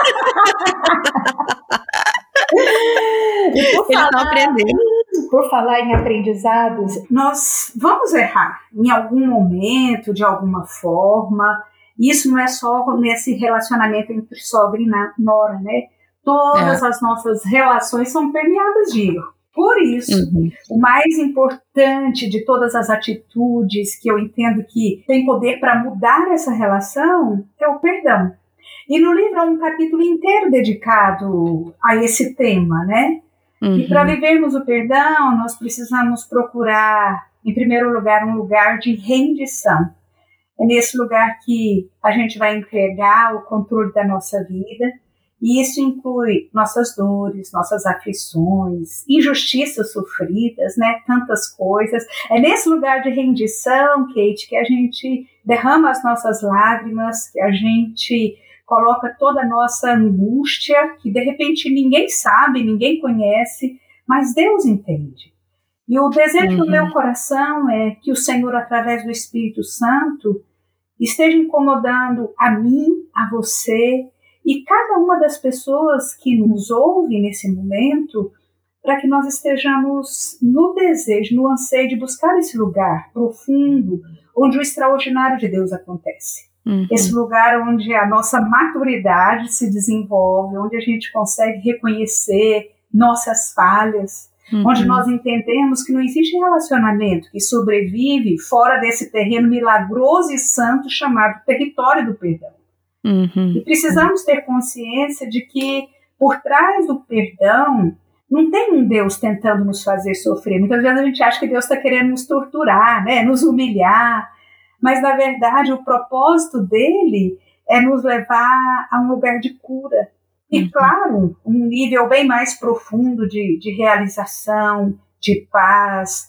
Eles estão aprendendo. Por falar em aprendizados, nós vamos errar em algum momento, de alguma forma. Isso não é só nesse relacionamento entre sogra e nora, né? Todas é. as nossas relações são permeadas de erro. Por isso, uhum. o mais importante de todas as atitudes que eu entendo que tem poder para mudar essa relação é o perdão. E no livro há um capítulo inteiro dedicado a esse tema, né? Uhum. E para vivermos o perdão, nós precisamos procurar, em primeiro lugar, um lugar de rendição. É nesse lugar que a gente vai entregar o controle da nossa vida. E isso inclui nossas dores, nossas aflições, injustiças sofridas, né? Tantas coisas. É nesse lugar de rendição, Kate, que a gente derrama as nossas lágrimas, que a gente coloca toda a nossa angústia, que de repente ninguém sabe, ninguém conhece, mas Deus entende. E o desejo uhum. do meu coração é que o Senhor, através do Espírito Santo, esteja incomodando a mim, a você, e cada uma das pessoas que nos ouve nesse momento, para que nós estejamos no desejo, no anseio de buscar esse lugar profundo, onde o extraordinário de Deus acontece. Uhum. Esse lugar onde a nossa maturidade se desenvolve, onde a gente consegue reconhecer nossas falhas, uhum. onde nós entendemos que não existe relacionamento que sobrevive fora desse terreno milagroso e santo chamado território do perdão. Uhum. E precisamos ter consciência de que por trás do perdão não tem um Deus tentando nos fazer sofrer. Muitas vezes a gente acha que Deus está querendo nos torturar, né, nos humilhar, mas na verdade o propósito dele é nos levar a um lugar de cura. E claro, um nível bem mais profundo de, de realização, de paz,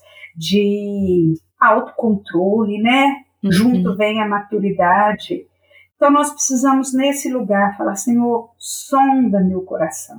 de autocontrole, né? Uhum. Junto vem a maturidade. Então nós precisamos nesse lugar falar, Senhor, sonda meu coração,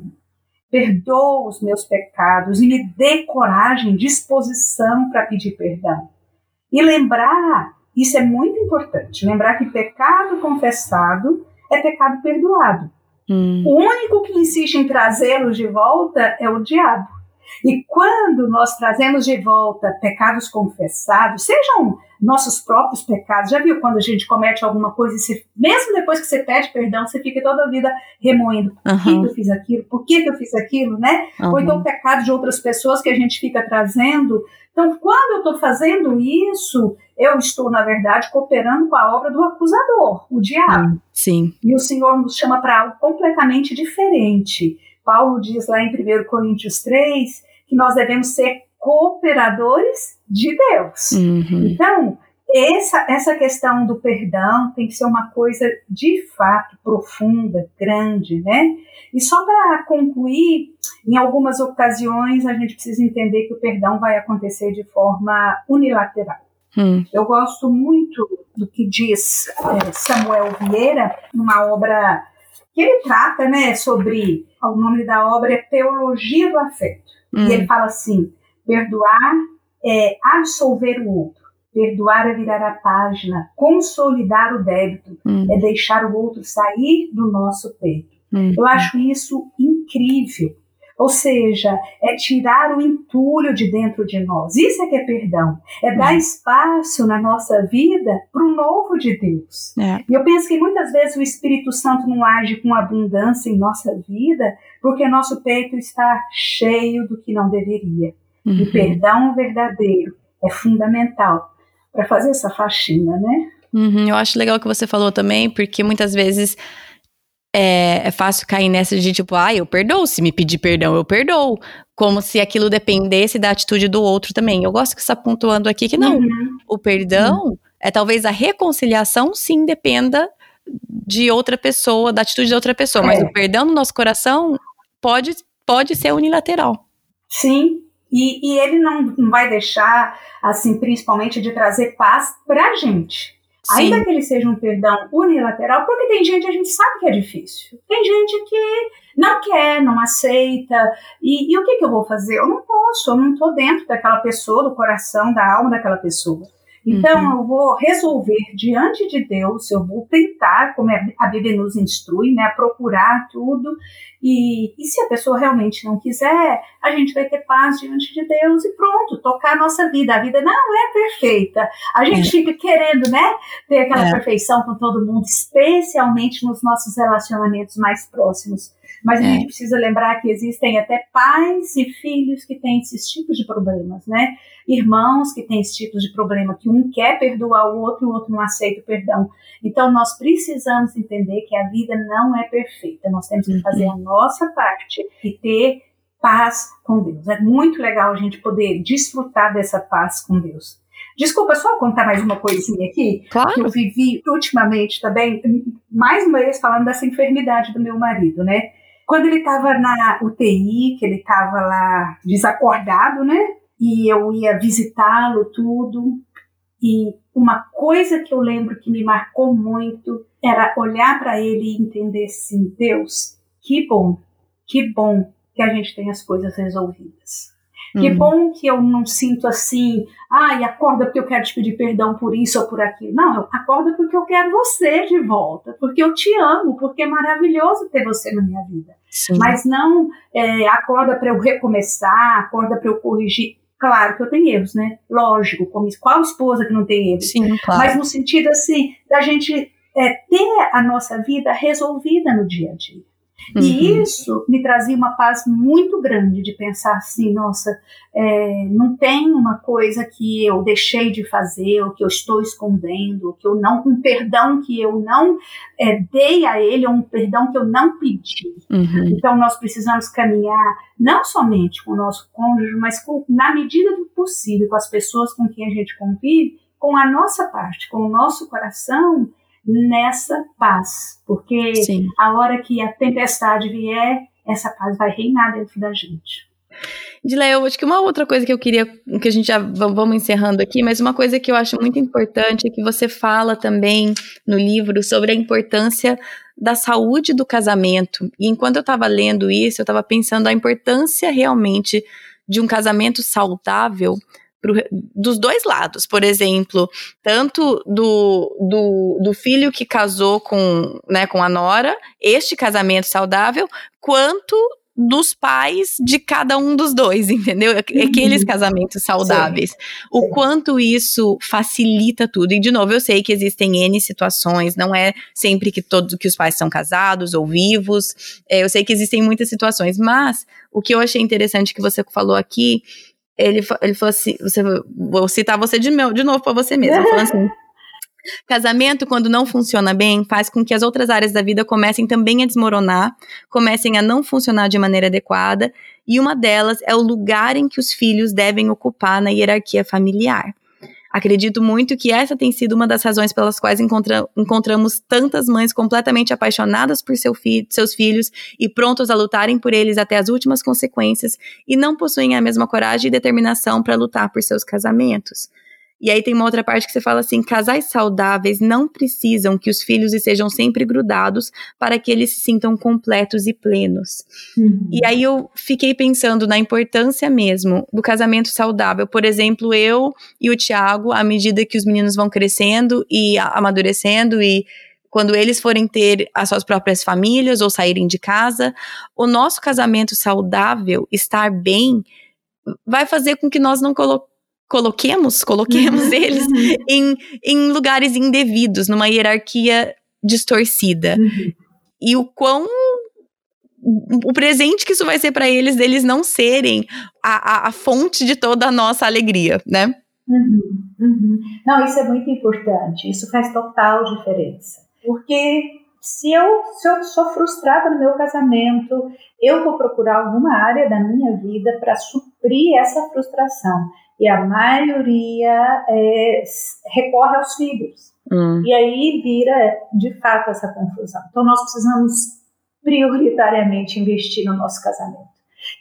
perdoa os meus pecados e me dê coragem, disposição para pedir perdão. E lembrar, isso é muito importante, lembrar que pecado confessado é pecado perdoado. Hum. O único que insiste em trazê-los de volta é o diabo. E quando nós trazemos de volta pecados confessados, sejam nossos próprios pecados, já viu quando a gente comete alguma coisa e você, mesmo depois que você pede perdão, você fica toda a vida remoendo, por uhum. que, que eu fiz aquilo, por que, que eu fiz aquilo, né? Uhum. Ou então pecados de outras pessoas que a gente fica trazendo. Então, quando eu estou fazendo isso, eu estou, na verdade, cooperando com a obra do acusador, o diabo. Sim. E o Senhor nos chama para algo completamente diferente. Paulo diz lá em primeira Coríntios três que nós devemos ser cooperadores de Deus. Uhum. Então, essa, essa questão do perdão tem que ser uma coisa de fato profunda, grande, né? E só para concluir, em algumas ocasiões a gente precisa entender que o perdão vai acontecer de forma unilateral. Hum. Eu gosto muito do que diz é, Samuel Vieira, numa obra que ele trata, né, sobre, o nome da obra é Teologia do Afeto. Hum. E ele fala assim, perdoar é absolver o outro, perdoar é virar a página, consolidar o débito, hum. é deixar o outro sair do nosso peito. Hum. Eu acho isso incrível. Ou seja, é tirar o entulho de dentro de nós. Isso é que é perdão. É dar uhum. espaço na nossa vida para o novo de Deus. É. E eu penso que muitas vezes o Espírito Santo não age com abundância em nossa vida porque nosso peito está cheio do que não deveria. Uhum. E perdão verdadeiro é fundamental para fazer essa faxina, né? Uhum. Eu acho legal o que você falou também, porque muitas vezes É, é fácil cair nessa de tipo, ah, eu perdoo, se me pedir perdão, eu perdoo. Como se aquilo dependesse da atitude do outro também. Eu gosto que você está pontuando aqui que não. Uhum. O perdão uhum. é talvez a reconciliação, sim, dependa de outra pessoa, da atitude de outra pessoa. É. Mas o perdão no nosso coração pode, pode ser unilateral. Sim, E, e ele não, não vai deixar, assim, principalmente de trazer paz pra gente. Sim. Ainda que ele seja um perdão unilateral, porque tem gente, a gente sabe que é difícil. Tem gente que não quer, não aceita. E, e o que, que eu vou fazer? Eu não posso, eu não estou dentro daquela pessoa, do coração, da alma daquela pessoa. Então, uhum. eu vou resolver diante de Deus, eu vou tentar, como a Bíblia nos instrui, né, a procurar tudo, e, e se a pessoa realmente não quiser, a gente vai ter paz diante de Deus e pronto, tocar a nossa vida. A vida não é perfeita, a gente é. fica querendo, né, ter aquela é. perfeição com todo mundo, especialmente nos nossos relacionamentos mais próximos. Mas a é. gente precisa lembrar que existem até pais e filhos que têm esses tipos de problemas, né? Irmãos que têm esse tipo de problema, que um quer perdoar o outro e o outro não aceita o perdão. Então, nós precisamos entender que a vida não é perfeita. Nós temos que fazer a nossa parte e ter paz com Deus. É muito legal a gente poder desfrutar dessa paz com Deus. Desculpa, só contar mais uma coisinha aqui, claro. Que eu vivi ultimamente também, mais uma vez falando dessa enfermidade do meu marido, né? Quando ele estava na U T I, que ele estava lá desacordado, né? E eu ia visitá-lo, tudo. E uma coisa que eu lembro que me marcou muito era olhar para ele e entender assim, Deus, que bom, que bom que a gente tem as coisas resolvidas. Que uhum. bom que eu não sinto assim, ai, acorda porque eu quero te pedir perdão por isso ou por aquilo. Não, eu acorda porque eu quero você de volta, porque eu te amo, porque é maravilhoso ter você na minha vida. Sim. Mas não é, acorda para eu recomeçar, acorda para eu corrigir. Claro que eu tenho erros, né? Lógico, como qual esposa que não tem erros? Sim, claro. Mas no sentido assim, da gente é, ter a nossa vida resolvida no dia a dia. Uhum. E isso me trazia uma paz muito grande de pensar assim, nossa, é, não tem uma coisa que eu deixei de fazer, ou que eu estou escondendo, ou que eu não, um perdão que eu não é, dei a ele, ou um perdão que eu não pedi. Uhum. Então nós precisamos caminhar não somente com o nosso cônjuge, mas com, na medida do possível, com as pessoas com quem a gente convive, com a nossa parte, com o nosso coração, nessa paz, porque Sim. a hora que a tempestade vier, essa paz vai reinar dentro da gente. Dileia, eu acho que uma outra coisa que eu queria, que a gente já vamos encerrando aqui, mas uma coisa que eu acho muito importante é que você fala também no livro sobre a importância da saúde do casamento, e enquanto eu estava lendo isso, eu estava pensando a importância realmente de um casamento saudável pro, dos dois lados, por exemplo, tanto do, do, do filho que casou com, né, com a nora, este casamento saudável, quanto dos pais de cada um dos dois, entendeu? Aqueles uhum. casamentos saudáveis. Sim. O Sim. quanto isso facilita tudo. E, de novo, eu sei que existem N situações, não é sempre que todos que os pais são casados ou vivos, é, eu sei que existem muitas situações, mas o que eu achei interessante que você falou aqui, ele, ele falou assim, você, vou citar você de, meu, de novo para você mesmo, falando assim, casamento, quando não funciona bem, faz com que as outras áreas da vida comecem também a desmoronar, comecem a não funcionar de maneira adequada, e uma delas é o lugar em que os filhos devem ocupar na hierarquia familiar. Acredito muito que essa tem sido uma das razões pelas quais encontra- encontramos tantas mães completamente apaixonadas por seu fi- seus filhos e prontos a lutarem por eles até as últimas consequências, e não possuem a mesma coragem e determinação para lutar por seus casamentos. E aí tem uma outra parte que você fala assim, casais saudáveis não precisam que os filhos estejam sempre grudados para que eles se sintam completos e plenos. Uhum. E aí eu fiquei pensando na importância mesmo do casamento saudável. Por exemplo, eu e o Thiago, à medida que os meninos vão crescendo e amadurecendo e quando eles forem ter as suas próprias famílias ou saírem de casa, o nosso casamento saudável, estar bem, vai fazer com que nós não coloquemos Coloquemos, coloquemos uhum, eles uhum. Em, em lugares indevidos, numa hierarquia distorcida. Uhum. E o quão... O presente que isso vai ser para eles, deles não serem a, a, a fonte de toda a nossa alegria, né? Uhum, uhum. Não, isso é muito importante. Isso faz total diferença. Porque se eu, se eu sou frustrada no meu casamento, eu vou procurar alguma área da minha vida para suprir essa frustração. E a maioria é, recorre aos filhos. Hum. E aí vira, de fato, essa confusão. Então, nós precisamos prioritariamente investir no nosso casamento.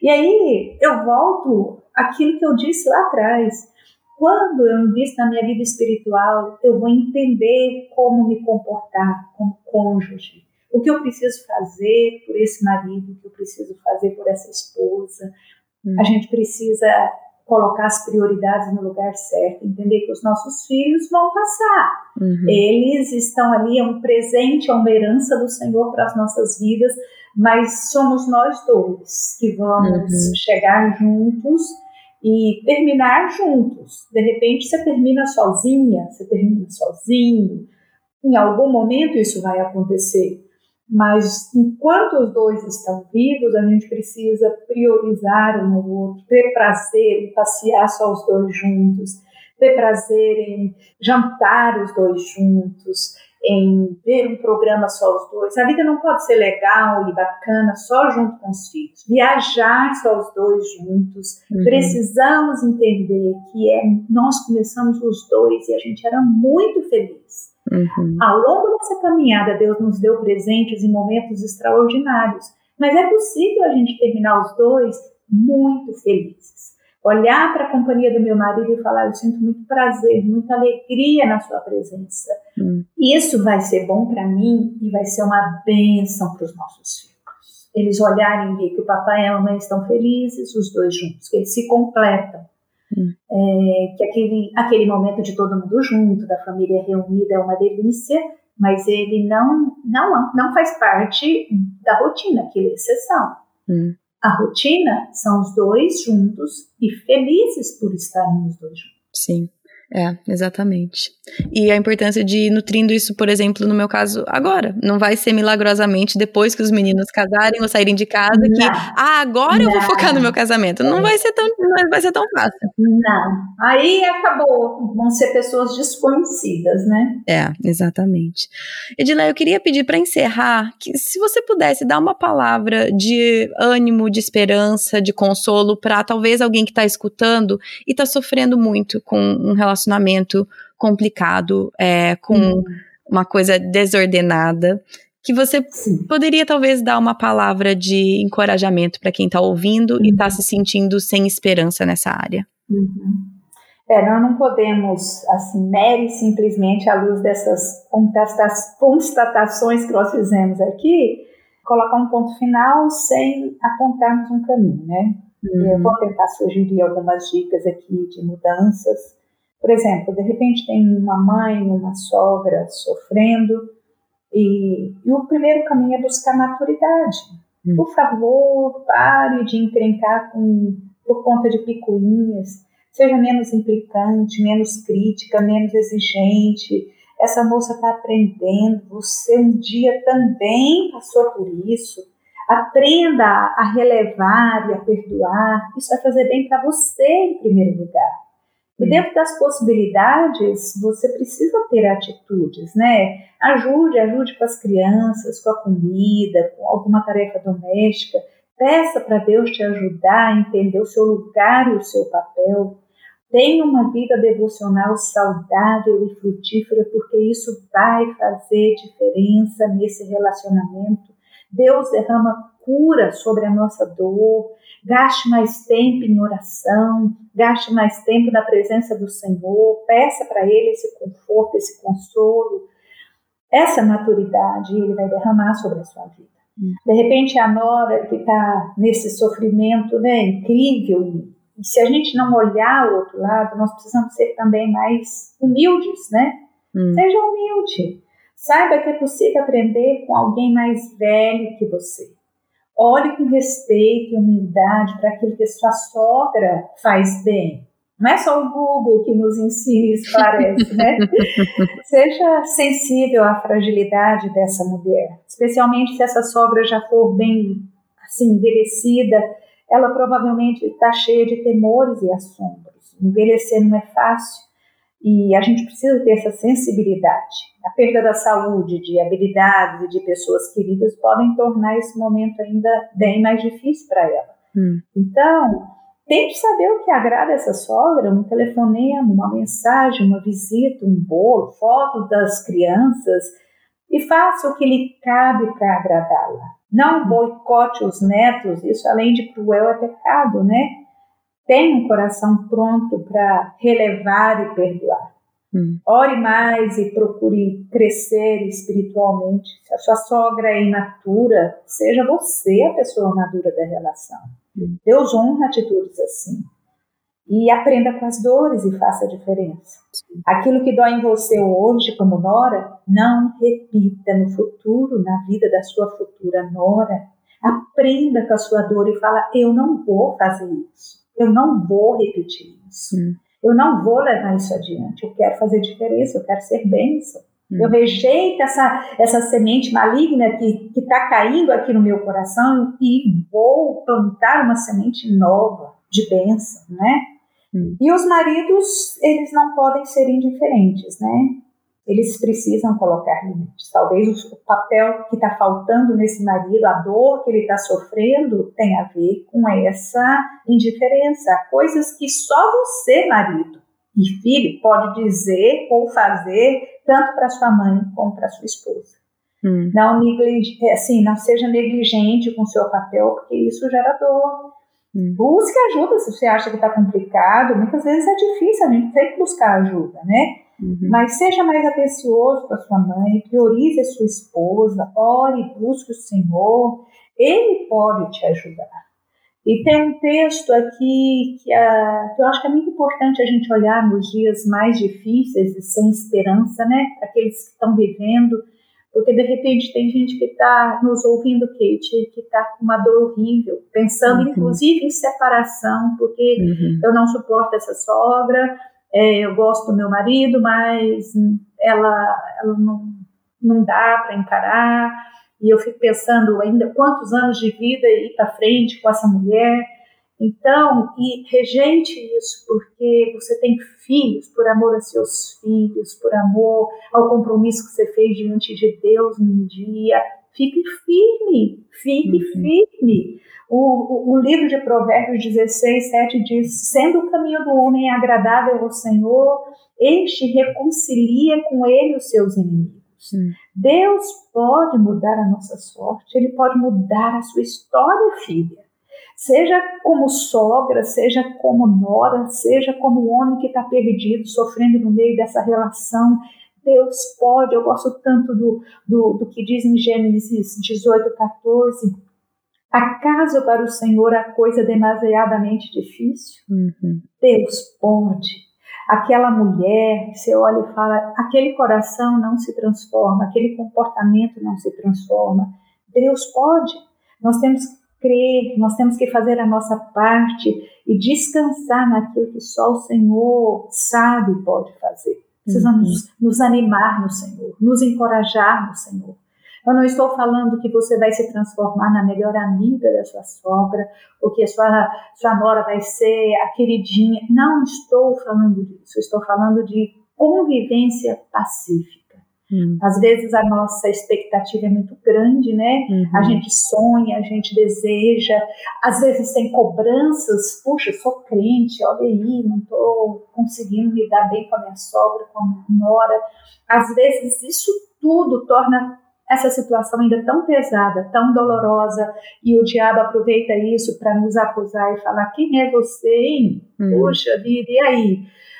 E aí eu volto àquilo que eu disse lá atrás. Quando eu invisto na minha vida espiritual, eu vou entender como me comportar como cônjuge, o que eu preciso fazer por esse marido, o que eu preciso fazer por essa esposa. Hum. A gente precisa colocar as prioridades no lugar certo, entender que os nossos filhos vão passar. Uhum. Eles estão ali, é um presente, é uma herança do Senhor para as nossas vidas, mas somos nós dois que vamos uhum. chegar juntos e terminar juntos. De repente você termina sozinha, você termina sozinho. Em algum momento isso vai acontecer. Mas enquanto os dois estão vivos, a gente precisa priorizar um ao outro, ter prazer em passear só os dois juntos, ter prazer em jantar os dois juntos, em ver um programa só os dois. A vida não pode ser legal e bacana só junto com os filhos. Viajar só os dois juntos. Uhum. Precisamos entender que é, nós começamos os dois e a gente era muito feliz. Uhum. Ao longo dessa caminhada, Deus nos deu presentes em momentos extraordinários, mas é possível a gente terminar os dois muito felizes. Olhar para a companhia do meu marido e falar: eu sinto muito prazer, muita alegria na sua presença. Uhum. Isso vai ser bom para mim e vai ser uma bênção para os nossos filhos. Eles olharem e ver que o papai e a mamãe estão felizes, os dois juntos, que eles se completam. É, que aquele, aquele momento de todo mundo junto, da família reunida, é uma delícia, mas ele não, não, não faz parte da rotina, aquilo é exceção. Hum. A rotina são os dois juntos e felizes por estarem os dois juntos. Sim, é, exatamente. E a importância de ir nutrindo isso, por exemplo, no meu caso, agora. Não vai ser milagrosamente depois que os meninos casarem ou saírem de casa não. que, ah, agora não. eu vou focar no meu casamento. Não é. vai ser tão, não vai ser tão fácil. Não. Aí acabou. Vão ser pessoas desconhecidas, né? É, exatamente. Edileia, eu queria pedir para encerrar que se você pudesse dar uma palavra de ânimo, de esperança, de consolo para talvez alguém que está escutando e está sofrendo muito com um relacionamento complicado, é, com hum. uma coisa desordenada, que você Sim. poderia talvez dar uma palavra de encorajamento para quem está ouvindo uhum. e está se sentindo sem esperança nessa área. Uhum. É, nós não podemos, assim, mere simplesmente à luz dessas constatações que nós fizemos aqui, colocar um ponto final sem apontarmos um caminho, né? Uhum. Eu vou tentar sugerir algumas dicas aqui de mudanças. Por exemplo, de repente tem uma mãe, uma sogra sofrendo e, e o primeiro caminho é buscar maturidade. Hum. Por favor, pare de encrencar com, por conta de picuinhas, seja menos implicante, menos crítica, menos exigente. Essa moça está aprendendo, você um dia também passou por isso. Aprenda a relevar e a perdoar, isso vai fazer bem para você em primeiro lugar. E dentro das possibilidades, você precisa ter atitudes, né? Ajude, ajude com as crianças, com a comida, com alguma tarefa doméstica. Peça para Deus te ajudar a entender o seu lugar e o seu papel. Tenha uma vida devocional saudável e frutífera, porque isso vai fazer diferença nesse relacionamento. Deus derrama cura sobre a nossa dor. Gaste mais tempo em oração, gaste mais tempo na presença do Senhor, peça para Ele esse conforto, esse consolo, essa maturidade Ele vai derramar sobre a sua vida. Hum. De repente a nora que está nesse sofrimento, né, incrível, e, e se a gente não olhar o outro lado, nós precisamos ser também mais humildes, né? Hum. Seja humilde, saiba que é possível aprender com alguém mais velho que você. Olhe com respeito e humildade para aquilo que sua sogra faz bem. Não é só o Google que nos ensina isso, parece, né? Seja sensível à fragilidade dessa mulher, especialmente se essa sogra já for bem assim, envelhecida, ela provavelmente está cheia de temores e assombros. Envelhecer não é fácil e a gente precisa ter essa sensibilidade. A perda da saúde, de habilidades e de pessoas queridas podem tornar esse momento ainda bem mais difícil para ela. Hum. Então, tente saber o que agrada essa sogra, um telefonema, uma mensagem, uma visita, um bolo, fotos das crianças e faça o que lhe cabe para agradá-la. Não boicote os netos, isso além de cruel é pecado, né? Tenha um coração pronto para relevar e perdoar. Hum. Ore mais e procure crescer espiritualmente. Se a sua sogra é imatura, seja você a pessoa madura da relação. Hum. Deus honra atitudes assim. E aprenda com as dores e faça a diferença. Sim. Aquilo que dói em você hoje como nora, não repita no futuro, na vida da sua futura nora. Aprenda com a sua dor e fala, eu não vou fazer isso. Eu não vou repetir isso. Hum. Eu não vou levar isso adiante. Eu quero fazer diferença, eu quero ser bênção. Hum. Eu rejeito essa, essa semente maligna que está caindo aqui no meu coração e vou plantar uma semente nova de bênção, né? Hum. E os maridos, eles não podem ser indiferentes, né? Eles precisam colocar limites. Talvez o papel que está faltando nesse marido, a dor que ele está sofrendo, tem a ver com essa indiferença. Coisas que só você, marido e filho, pode dizer ou fazer, tanto para sua mãe como para sua esposa. Hum. Não, neglig- assim, não seja negligente com o seu papel, porque isso gera dor. Hum. Busque ajuda se você acha que está complicado. Muitas vezes é difícil, a gente tem que buscar ajuda, né? Uhum. Mas seja mais atencioso com a sua mãe, priorize a sua esposa, ore, busque o Senhor, Ele pode te ajudar. E tem um texto aqui que, a, que eu acho que é muito importante a gente olhar nos dias mais difíceis e sem esperança, né? Aqueles que estão vivendo, porque de repente tem gente que está nos ouvindo, Kate, que está com uma dor horrível, pensando uhum. inclusive em separação, porque uhum. eu não suporto essa sogra, é, eu gosto do meu marido, mas ela, ela não, não dá para encarar, e eu fico pensando ainda quantos anos de vida ir para frente com essa mulher. Então, e rejeite isso, porque você tem filhos, por amor a seus filhos, por amor ao compromisso que você fez diante de Deus um dia. Fique firme, fique uhum. firme. O, o, o livro de Provérbios dezesseis, sete diz, sendo o caminho do homem agradável ao Senhor, este reconcilia com ele os seus inimigos. Uhum. Deus pode mudar a nossa sorte, Ele pode mudar a sua história, filha. Seja como sogra, seja como nora, seja como homem que está perdido, sofrendo no meio dessa relação, Deus pode. Eu gosto tanto do, do, do que diz em Gênesis dezoito, catorze. Acaso para o Senhor a coisa é demasiadamente difícil? Uhum. Deus pode. Aquela mulher, você olha e fala, aquele coração não se transforma, aquele comportamento não se transforma. Deus pode. Nós temos que crer, nós temos que fazer a nossa parte e descansar naquilo que só o Senhor sabe e pode fazer. Precisamos uhum. nos animar no Senhor, nos encorajar no Senhor. Eu não estou falando que você vai se transformar na melhor amiga da sua sogra, ou que a sua, sua nora vai ser a queridinha. Não estou falando disso, estou falando de convivência pacífica. Hum. Às vezes a nossa expectativa é muito grande, né? Uhum. A gente sonha, a gente deseja, às vezes tem cobranças, puxa, eu sou crente, olha aí, não estou conseguindo me dar bem com a minha sogra, com a minha nora. Às vezes isso tudo torna essa situação ainda tão pesada, tão dolorosa, e o diabo aproveita isso para nos acusar e falar, quem é você, hein? Uhum. Puxa vida, e aí?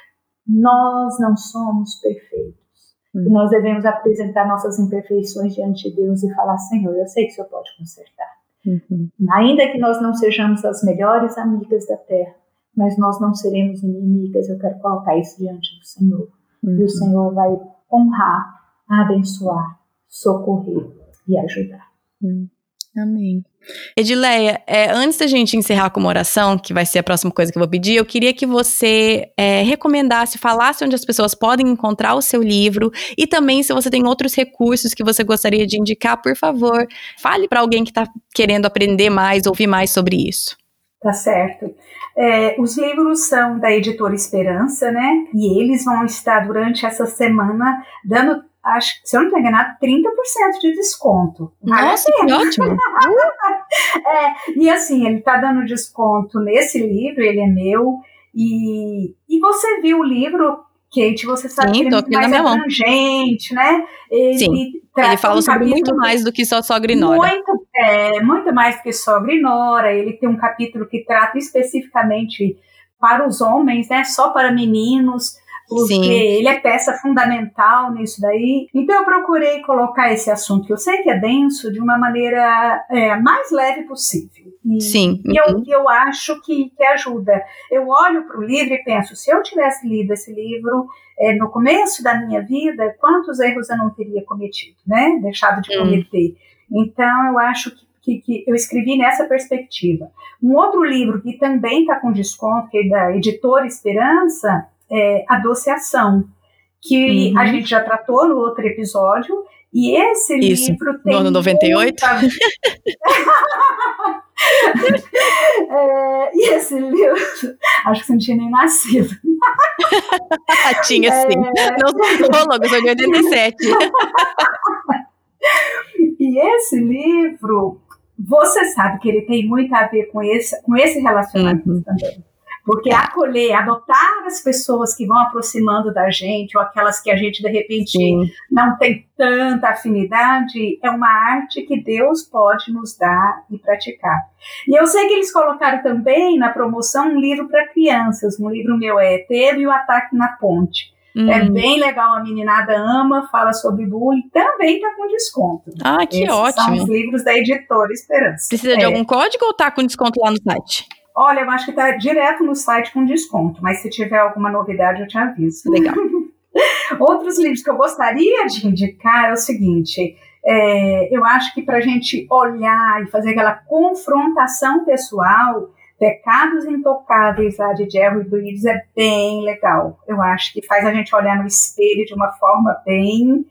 Nós não somos perfeitos. E nós devemos apresentar nossas imperfeições diante de Deus e falar, Senhor, eu sei que o Senhor pode consertar. Uhum. Ainda que nós não sejamos as melhores amigas da terra, mas nós não seremos inimigas. Eu quero colocar isso diante do Senhor. Uhum. E o Senhor vai honrar, abençoar, socorrer e ajudar. Uhum. Amém. Edileia, é, antes da gente encerrar com uma oração, que vai ser a próxima coisa que eu vou pedir, eu queria que você é, recomendasse, falasse onde as pessoas podem encontrar o seu livro e também se você tem outros recursos que você gostaria de indicar, por favor, fale para alguém que está querendo aprender mais, ouvir mais sobre isso. Tá certo. É, os livros são da Editora Esperança, né? E eles vão estar durante essa semana dando, acho, se eu não estou enganado, trinta por cento de desconto. Nossa, que ótimo! é, e assim, ele está dando desconto nesse livro, ele é meu, e, e você viu o livro, Kate, você sabe Sim, que ele é muito mais abrangente, né? Ele Sim, ele fala um sobre muito mais do que só sogra e nora. Muito, É, muito mais que sogra e nora. Ele tem um capítulo que trata especificamente para os homens, né? Só para meninos, porque Sim. ele é peça fundamental nisso daí. Então eu procurei colocar esse assunto, que eu sei que é denso, de uma maneira é, mais leve possível. E, Sim. e eu, eu acho que, que ajuda. Eu olho para o livro e penso, se eu tivesse lido esse livro é, no começo da minha vida, quantos erros eu não teria cometido, né? Deixado de hum. cometer. Então eu acho que Que, que eu escrevi nessa perspectiva. Um outro livro que também está com desconto, que é da Editora Esperança, é A Doce Ação, que uhum. a gente já tratou no outro episódio, e esse Isso. livro tem... No ano noventa e oito? Muita... é, e esse livro... Acho que você não tinha nem nascido. Tinha sim. É... Não sou logo, sou de oitenta e sete. E esse livro, você sabe que ele tem muito a ver com esse, com esse relacionamento uhum. também. Porque acolher, adotar as pessoas que vão aproximando da gente, ou aquelas que a gente, de repente, Sim. não tem tanta afinidade, é uma arte que Deus pode nos dar e praticar. E eu sei que eles colocaram também na promoção um livro para crianças, um livro meu é Teve o Ataque na Ponte. Hum. É bem legal, a meninada ama, fala sobre bullying, também tá com desconto. Ah, que Esses ótimo. São os livros da Editora Esperança. Precisa é. de algum código ou tá com desconto lá no site? Olha, eu acho que tá direto no site com desconto, mas se tiver alguma novidade eu te aviso. Legal. Outros livros que eu gostaria de indicar é o seguinte, é, eu acho que pra gente olhar e fazer aquela confrontação pessoal, Pecados Intocáveis, lá de Jerry Bridges, é bem legal. Eu acho que faz a gente olhar no espelho de uma forma bem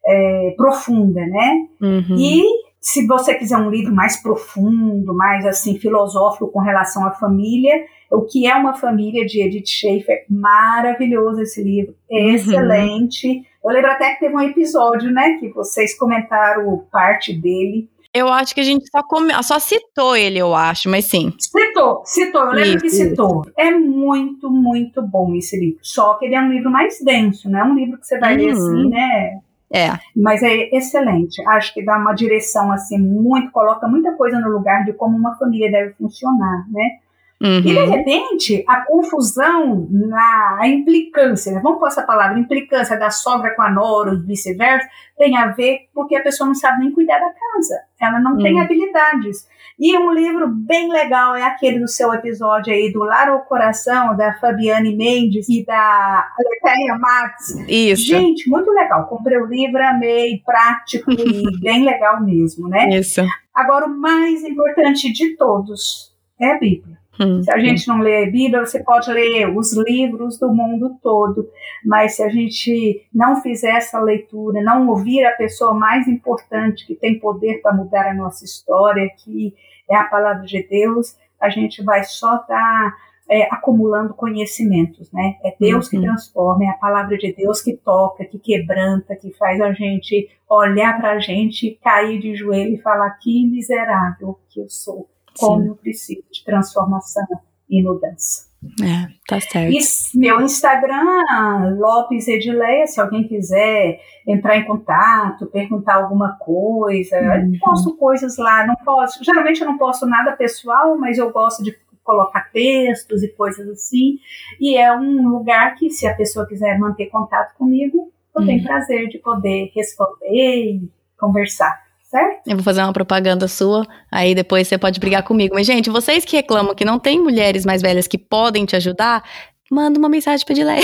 é, profunda, né? Uhum. E se você quiser um livro mais profundo, mais assim filosófico com relação à família, O que é uma Família, de Edith Schaefer, maravilhoso esse livro, uhum. excelente. Eu lembro até que teve um episódio, né, que vocês comentaram parte dele. Eu acho que a gente só, come... só citou ele, eu acho, mas sim. Citou, citou, eu lembro isso, que citou. Isso. É muito, muito bom esse livro. Só que ele é um livro mais denso, não é um livro que você vai hum. ler assim, né? É. Mas é excelente. Acho que dá uma direção, assim, muito, coloca muita coisa no lugar de como uma família deve funcionar, né? Uhum. E, de repente, a confusão na a implicância, né? Vamos pôr essa palavra, implicância da sogra com a nora e vice-versa, tem a ver porque a pessoa não sabe nem cuidar da casa. Ela não uhum. tem habilidades. E um livro bem legal é aquele do seu episódio aí, do Lar ao Coração, da Fabiane Mendes e da Letéia Max. Isso. Gente, muito legal. Comprei o livro, amei, prático e bem legal mesmo, né? Isso. Agora, o mais importante de todos é a Bíblia. Hum, se a gente não lê a Bíblia, você pode ler os livros do mundo todo, mas se a gente não fizer essa leitura, não ouvir a pessoa mais importante que tem poder para mudar a nossa história, que é a palavra de Deus, a gente vai só estar tá, é, acumulando conhecimentos, né? É Deus uhum. que transforma, é a palavra de Deus que toca, que quebranta, que faz a gente olhar para a gente, cair de joelho e falar: que miserável que eu sou. Como eu preciso de transformação e mudança. É, tá certo. E meu Instagram, Lopes Edileia, se alguém quiser entrar em contato, perguntar alguma coisa, uhum. eu posto coisas lá, não posso, geralmente eu não posto nada pessoal, mas eu gosto de colocar textos e coisas assim, e é um lugar que, se a pessoa quiser manter contato comigo, eu uhum. tenho prazer de poder responder e conversar. Certo? Eu vou fazer uma propaganda sua, aí depois você pode brigar comigo. Mas, gente, vocês que reclamam que não tem mulheres mais velhas que podem te ajudar, manda uma mensagem pra Edileia.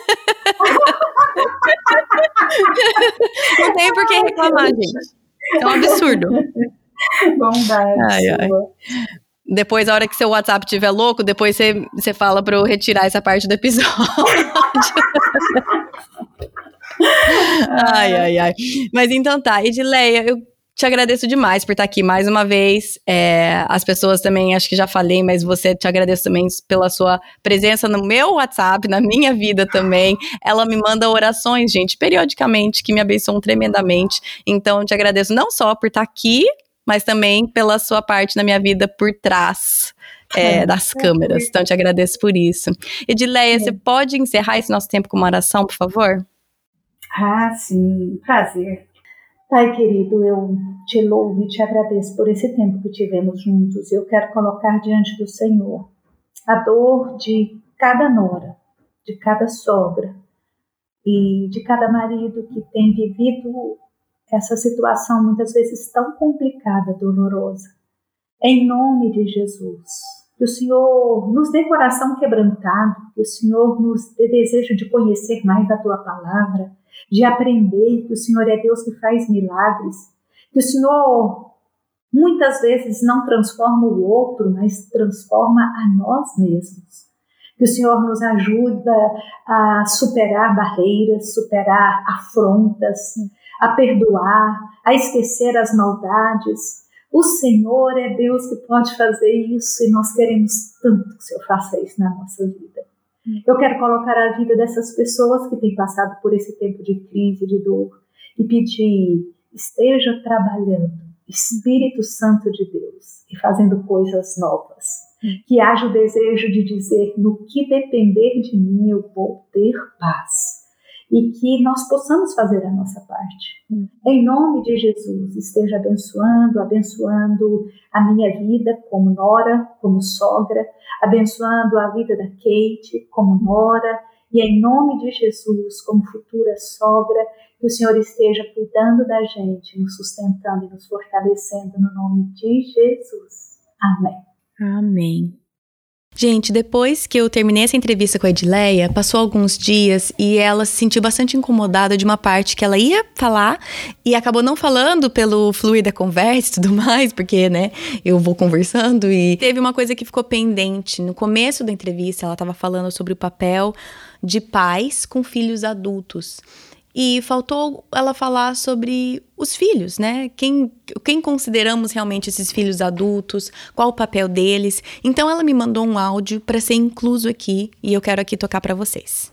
Não tem por que reclamar, gente. É um absurdo. Bondade. Ai, ai. Depois, a hora que seu WhatsApp estiver louco, depois você, você fala pra eu retirar essa parte do episódio. Ai, ai, ai. Mas então tá, Edileia, eu te agradeço demais por estar aqui mais uma vez. É, as pessoas também, acho que já falei, mas você, te agradeço também pela sua presença no meu WhatsApp, na minha vida também. Ela me manda orações, gente, periodicamente, que me abençoam tremendamente. Então, te agradeço não só por estar aqui, mas também pela sua parte na minha vida por trás é, das câmeras. Então, te agradeço por isso. Edileia, você pode encerrar esse nosso tempo com uma oração, por favor? Ah, sim, prazer. Pai querido, eu te louvo e te agradeço por esse tempo que tivemos juntos. Eu quero colocar diante do Senhor a dor de cada nora, de cada sogra e de cada marido que tem vivido essa situação muitas vezes tão complicada, dolorosa. Em nome de Jesus, que o Senhor nos dê coração quebrantado, que o Senhor nos dê desejo de conhecer mais da Tua palavra, de aprender que o Senhor é Deus que faz milagres, que o Senhor muitas vezes não transforma o outro, mas transforma a nós mesmos. Que o Senhor nos ajuda a superar barreiras, superar afrontas, a perdoar, a esquecer as maldades. O Senhor é Deus que pode fazer isso e nós queremos tanto que o Senhor faça isso na nossa vida. Eu quero colocar a vida dessas pessoas que têm passado por esse tempo de crise, de dor, e pedir, esteja trabalhando, Espírito Santo de Deus, e fazendo coisas novas. Que haja o desejo de dizer, no que depender de mim eu vou ter paz. E que nós possamos fazer a nossa parte. Em nome de Jesus, esteja abençoando, abençoando a minha vida como nora, como sogra, abençoando a vida da Kate como nora, e em nome de Jesus, como futura sogra, que o Senhor esteja cuidando da gente, nos sustentando e nos fortalecendo no nome de Jesus. Amém. Amém. Gente, depois que eu terminei essa entrevista com a Edileia, passou alguns dias e ela se sentiu bastante incomodada de uma parte que ela ia falar e acabou não falando pelo fluir da conversa e tudo mais, porque, né, eu vou conversando e teve uma coisa que ficou pendente. No começo da entrevista, ela estava falando sobre o papel de pais com filhos adultos. E faltou ela falar sobre os filhos, né? Quem, quem consideramos realmente esses filhos adultos, qual o papel deles. Então ela me mandou um áudio para ser incluso aqui e eu quero aqui tocar para vocês.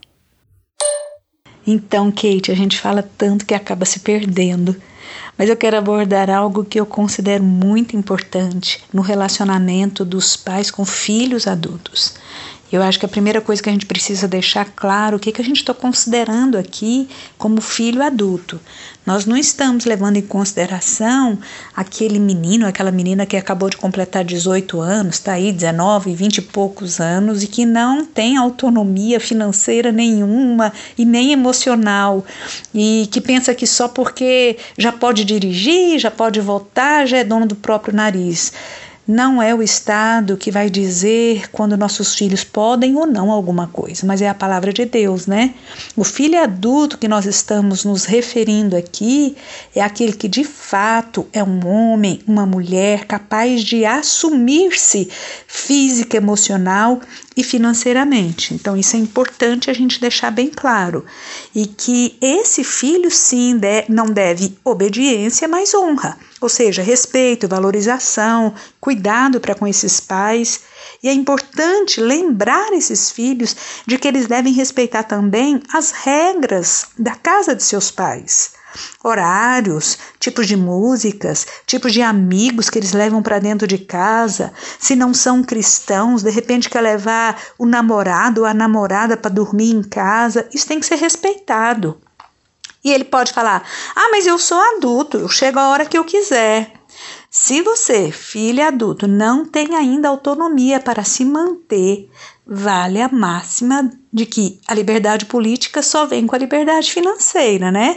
Então, Kate, a gente fala tanto que acaba se perdendo. Mas eu quero abordar algo que eu considero muito importante no relacionamento dos pais com filhos adultos. Eu acho que a primeira coisa que a gente precisa deixar claro, o que, que a gente está considerando aqui como filho adulto. Nós não estamos levando em consideração aquele menino, aquela menina que acabou de completar dezoito anos, está aí dezenove, vinte e poucos anos e que não tem autonomia financeira nenhuma e nem emocional e que pensa que só porque já pode dirigir, já pode votar, já é dono do próprio nariz. Não é o Estado que vai dizer quando nossos filhos podem ou não alguma coisa, mas é a palavra de Deus, né? O filho adulto que nós estamos nos referindo aqui é aquele que de fato é um homem, uma mulher capaz de assumir-se física, emocional e financeiramente. Então isso é importante a gente deixar bem claro. E que esse filho sim de, não deve obediência, mas honra. Ou seja, respeito, valorização, cuidado para com esses pais. E é importante lembrar esses filhos de que eles devem respeitar também as regras da casa de seus pais. Horários, tipos de músicas, tipos de amigos que eles levam para dentro de casa. Se não são cristãos, de repente quer levar o namorado ou a namorada para dormir em casa. Isso tem que ser respeitado. E ele pode falar, ah, mas eu sou adulto, eu chego a hora que eu quiser. Se você, filho adulto, não tem ainda autonomia para se manter, vale a máxima de que a liberdade política só vem com a liberdade financeira, né?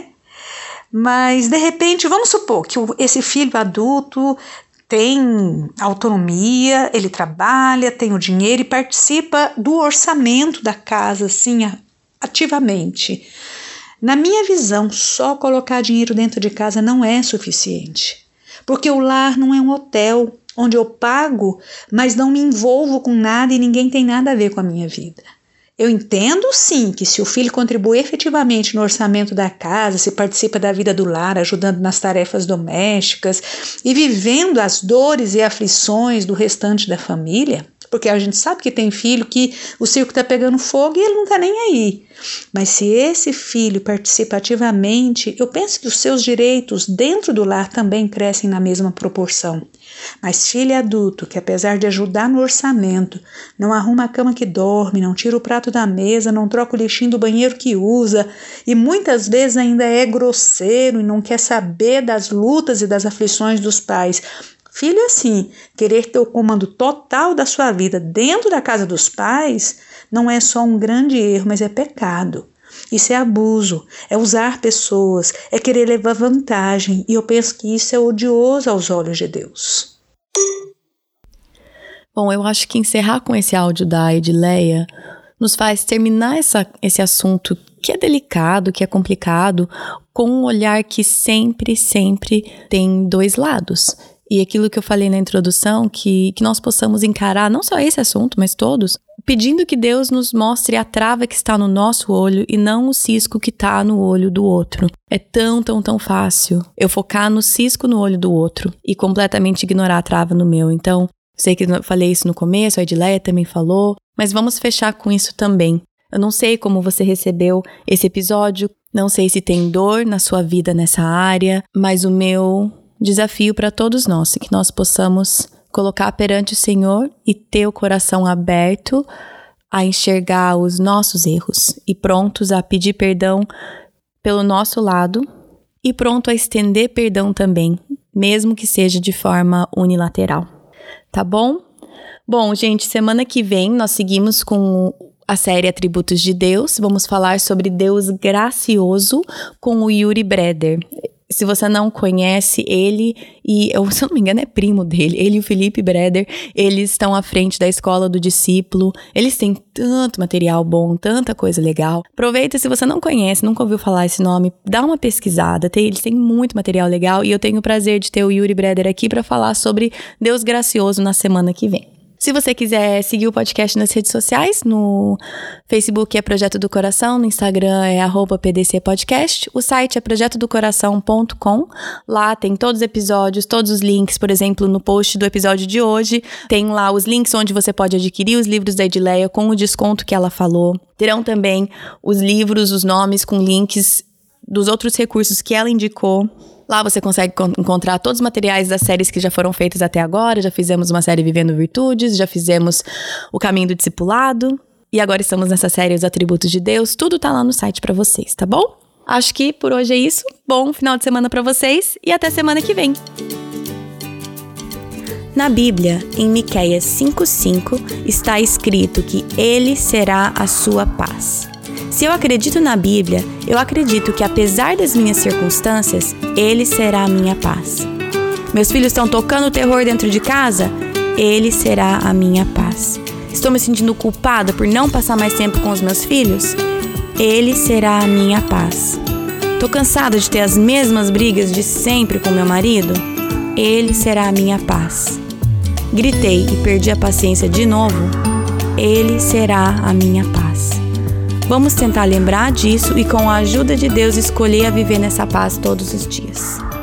Mas, de repente, vamos supor que esse filho adulto tem autonomia, ele trabalha, tem o dinheiro e participa do orçamento da casa, assim, ativamente. Na minha visão, só colocar dinheiro dentro de casa não é suficiente, porque o lar não é um hotel onde eu pago, mas não me envolvo com nada e ninguém tem nada a ver com a minha vida. Eu entendo sim que se o filho contribui efetivamente no orçamento da casa, se participa da vida do lar, ajudando nas tarefas domésticas e vivendo as dores e aflições do restante da família, Porque a gente sabe que tem filho que o circo está pegando fogo e ele não está nem aí. Mas se esse filho participa ativamente, eu penso que os seus direitos dentro do lar também crescem na mesma proporção. Mas filho adulto que, apesar de ajudar no orçamento, não arruma a cama que dorme, não tira o prato da mesa, não troca o lixinho do banheiro que usa e muitas vezes ainda é grosseiro e não quer saber das lutas e das aflições dos pais. Filho assim, querer ter o comando total da sua vida dentro da casa dos pais não é só um grande erro, mas é pecado. Isso é abuso, é usar pessoas, é querer levar vantagem, e eu penso que isso é odioso aos olhos de Deus. Bom, eu acho que encerrar com esse áudio da Edileia nos faz terminar essa, esse assunto que é delicado, que é complicado, com um olhar que sempre, sempre tem dois lados. E aquilo que eu falei na introdução, que, que nós possamos encarar não só esse assunto, mas todos, pedindo que Deus nos mostre a trava que está no nosso olho e não o cisco que está no olho do outro. É tão, tão, tão fácil eu focar no cisco no olho do outro e completamente ignorar a trava no meu. Então, sei que eu falei isso no começo, a Edileia também falou, mas vamos fechar com isso também. Eu não sei como você recebeu esse episódio, não sei se tem dor na sua vida nessa área, mas o meu desafio para todos nós é que nós possamos colocar perante o Senhor e ter o coração aberto a enxergar os nossos erros e prontos a pedir perdão pelo nosso lado e pronto a estender perdão também, mesmo que seja de forma unilateral. Tá bom? Bom, gente, semana que vem nós seguimos com a série Atributos de Deus. Vamos falar sobre Deus gracioso com o Yuri Breder. Se você não conhece ele, e eu, se eu não me engano é primo dele, ele e o Felipe Breder, eles estão à frente da Escola do Discípulo, eles têm tanto material bom, tanta coisa legal. Aproveita, se você não conhece, nunca ouviu falar esse nome, dá uma pesquisada, tem, eles têm muito material legal e eu tenho o prazer de ter o Yuri Breder aqui para falar sobre Deus gracioso na semana que vem. Se você quiser seguir o podcast nas redes sociais, no Facebook é Projeto do Coração, no Instagram é arroba P D C Podcast, o site é projeto do coração ponto com, lá tem todos os episódios, todos os links, por exemplo, no post do episódio de hoje, tem lá os links onde você pode adquirir os livros da Edileia com o desconto que ela falou, terão também os livros, os nomes com links dos outros recursos que ela indicou. Lá você consegue encontrar todos os materiais das séries que já foram feitas até agora. Já fizemos uma série Vivendo Virtudes, já fizemos o Caminho do Discipulado. E agora estamos nessa série Os Atributos de Deus. Tudo tá lá no site pra vocês, tá bom? Acho que por hoje é isso. Bom final de semana pra vocês e até semana que vem. Na Bíblia, em Miqueias cinco cinco, está escrito que Ele será a sua paz. Se eu acredito na Bíblia, eu acredito que apesar das minhas circunstâncias, Ele será a minha paz. Meus filhos estão tocando terror dentro de casa? Ele será a minha paz. Estou me sentindo culpada por não passar mais tempo com os meus filhos? Ele será a minha paz. Estou cansada de ter as mesmas brigas de sempre com meu marido? Ele será a minha paz. Gritei e perdi a paciência de novo? Ele será a minha paz. Vamos tentar lembrar disso e, com a ajuda de Deus, escolher a viver nessa paz todos os dias.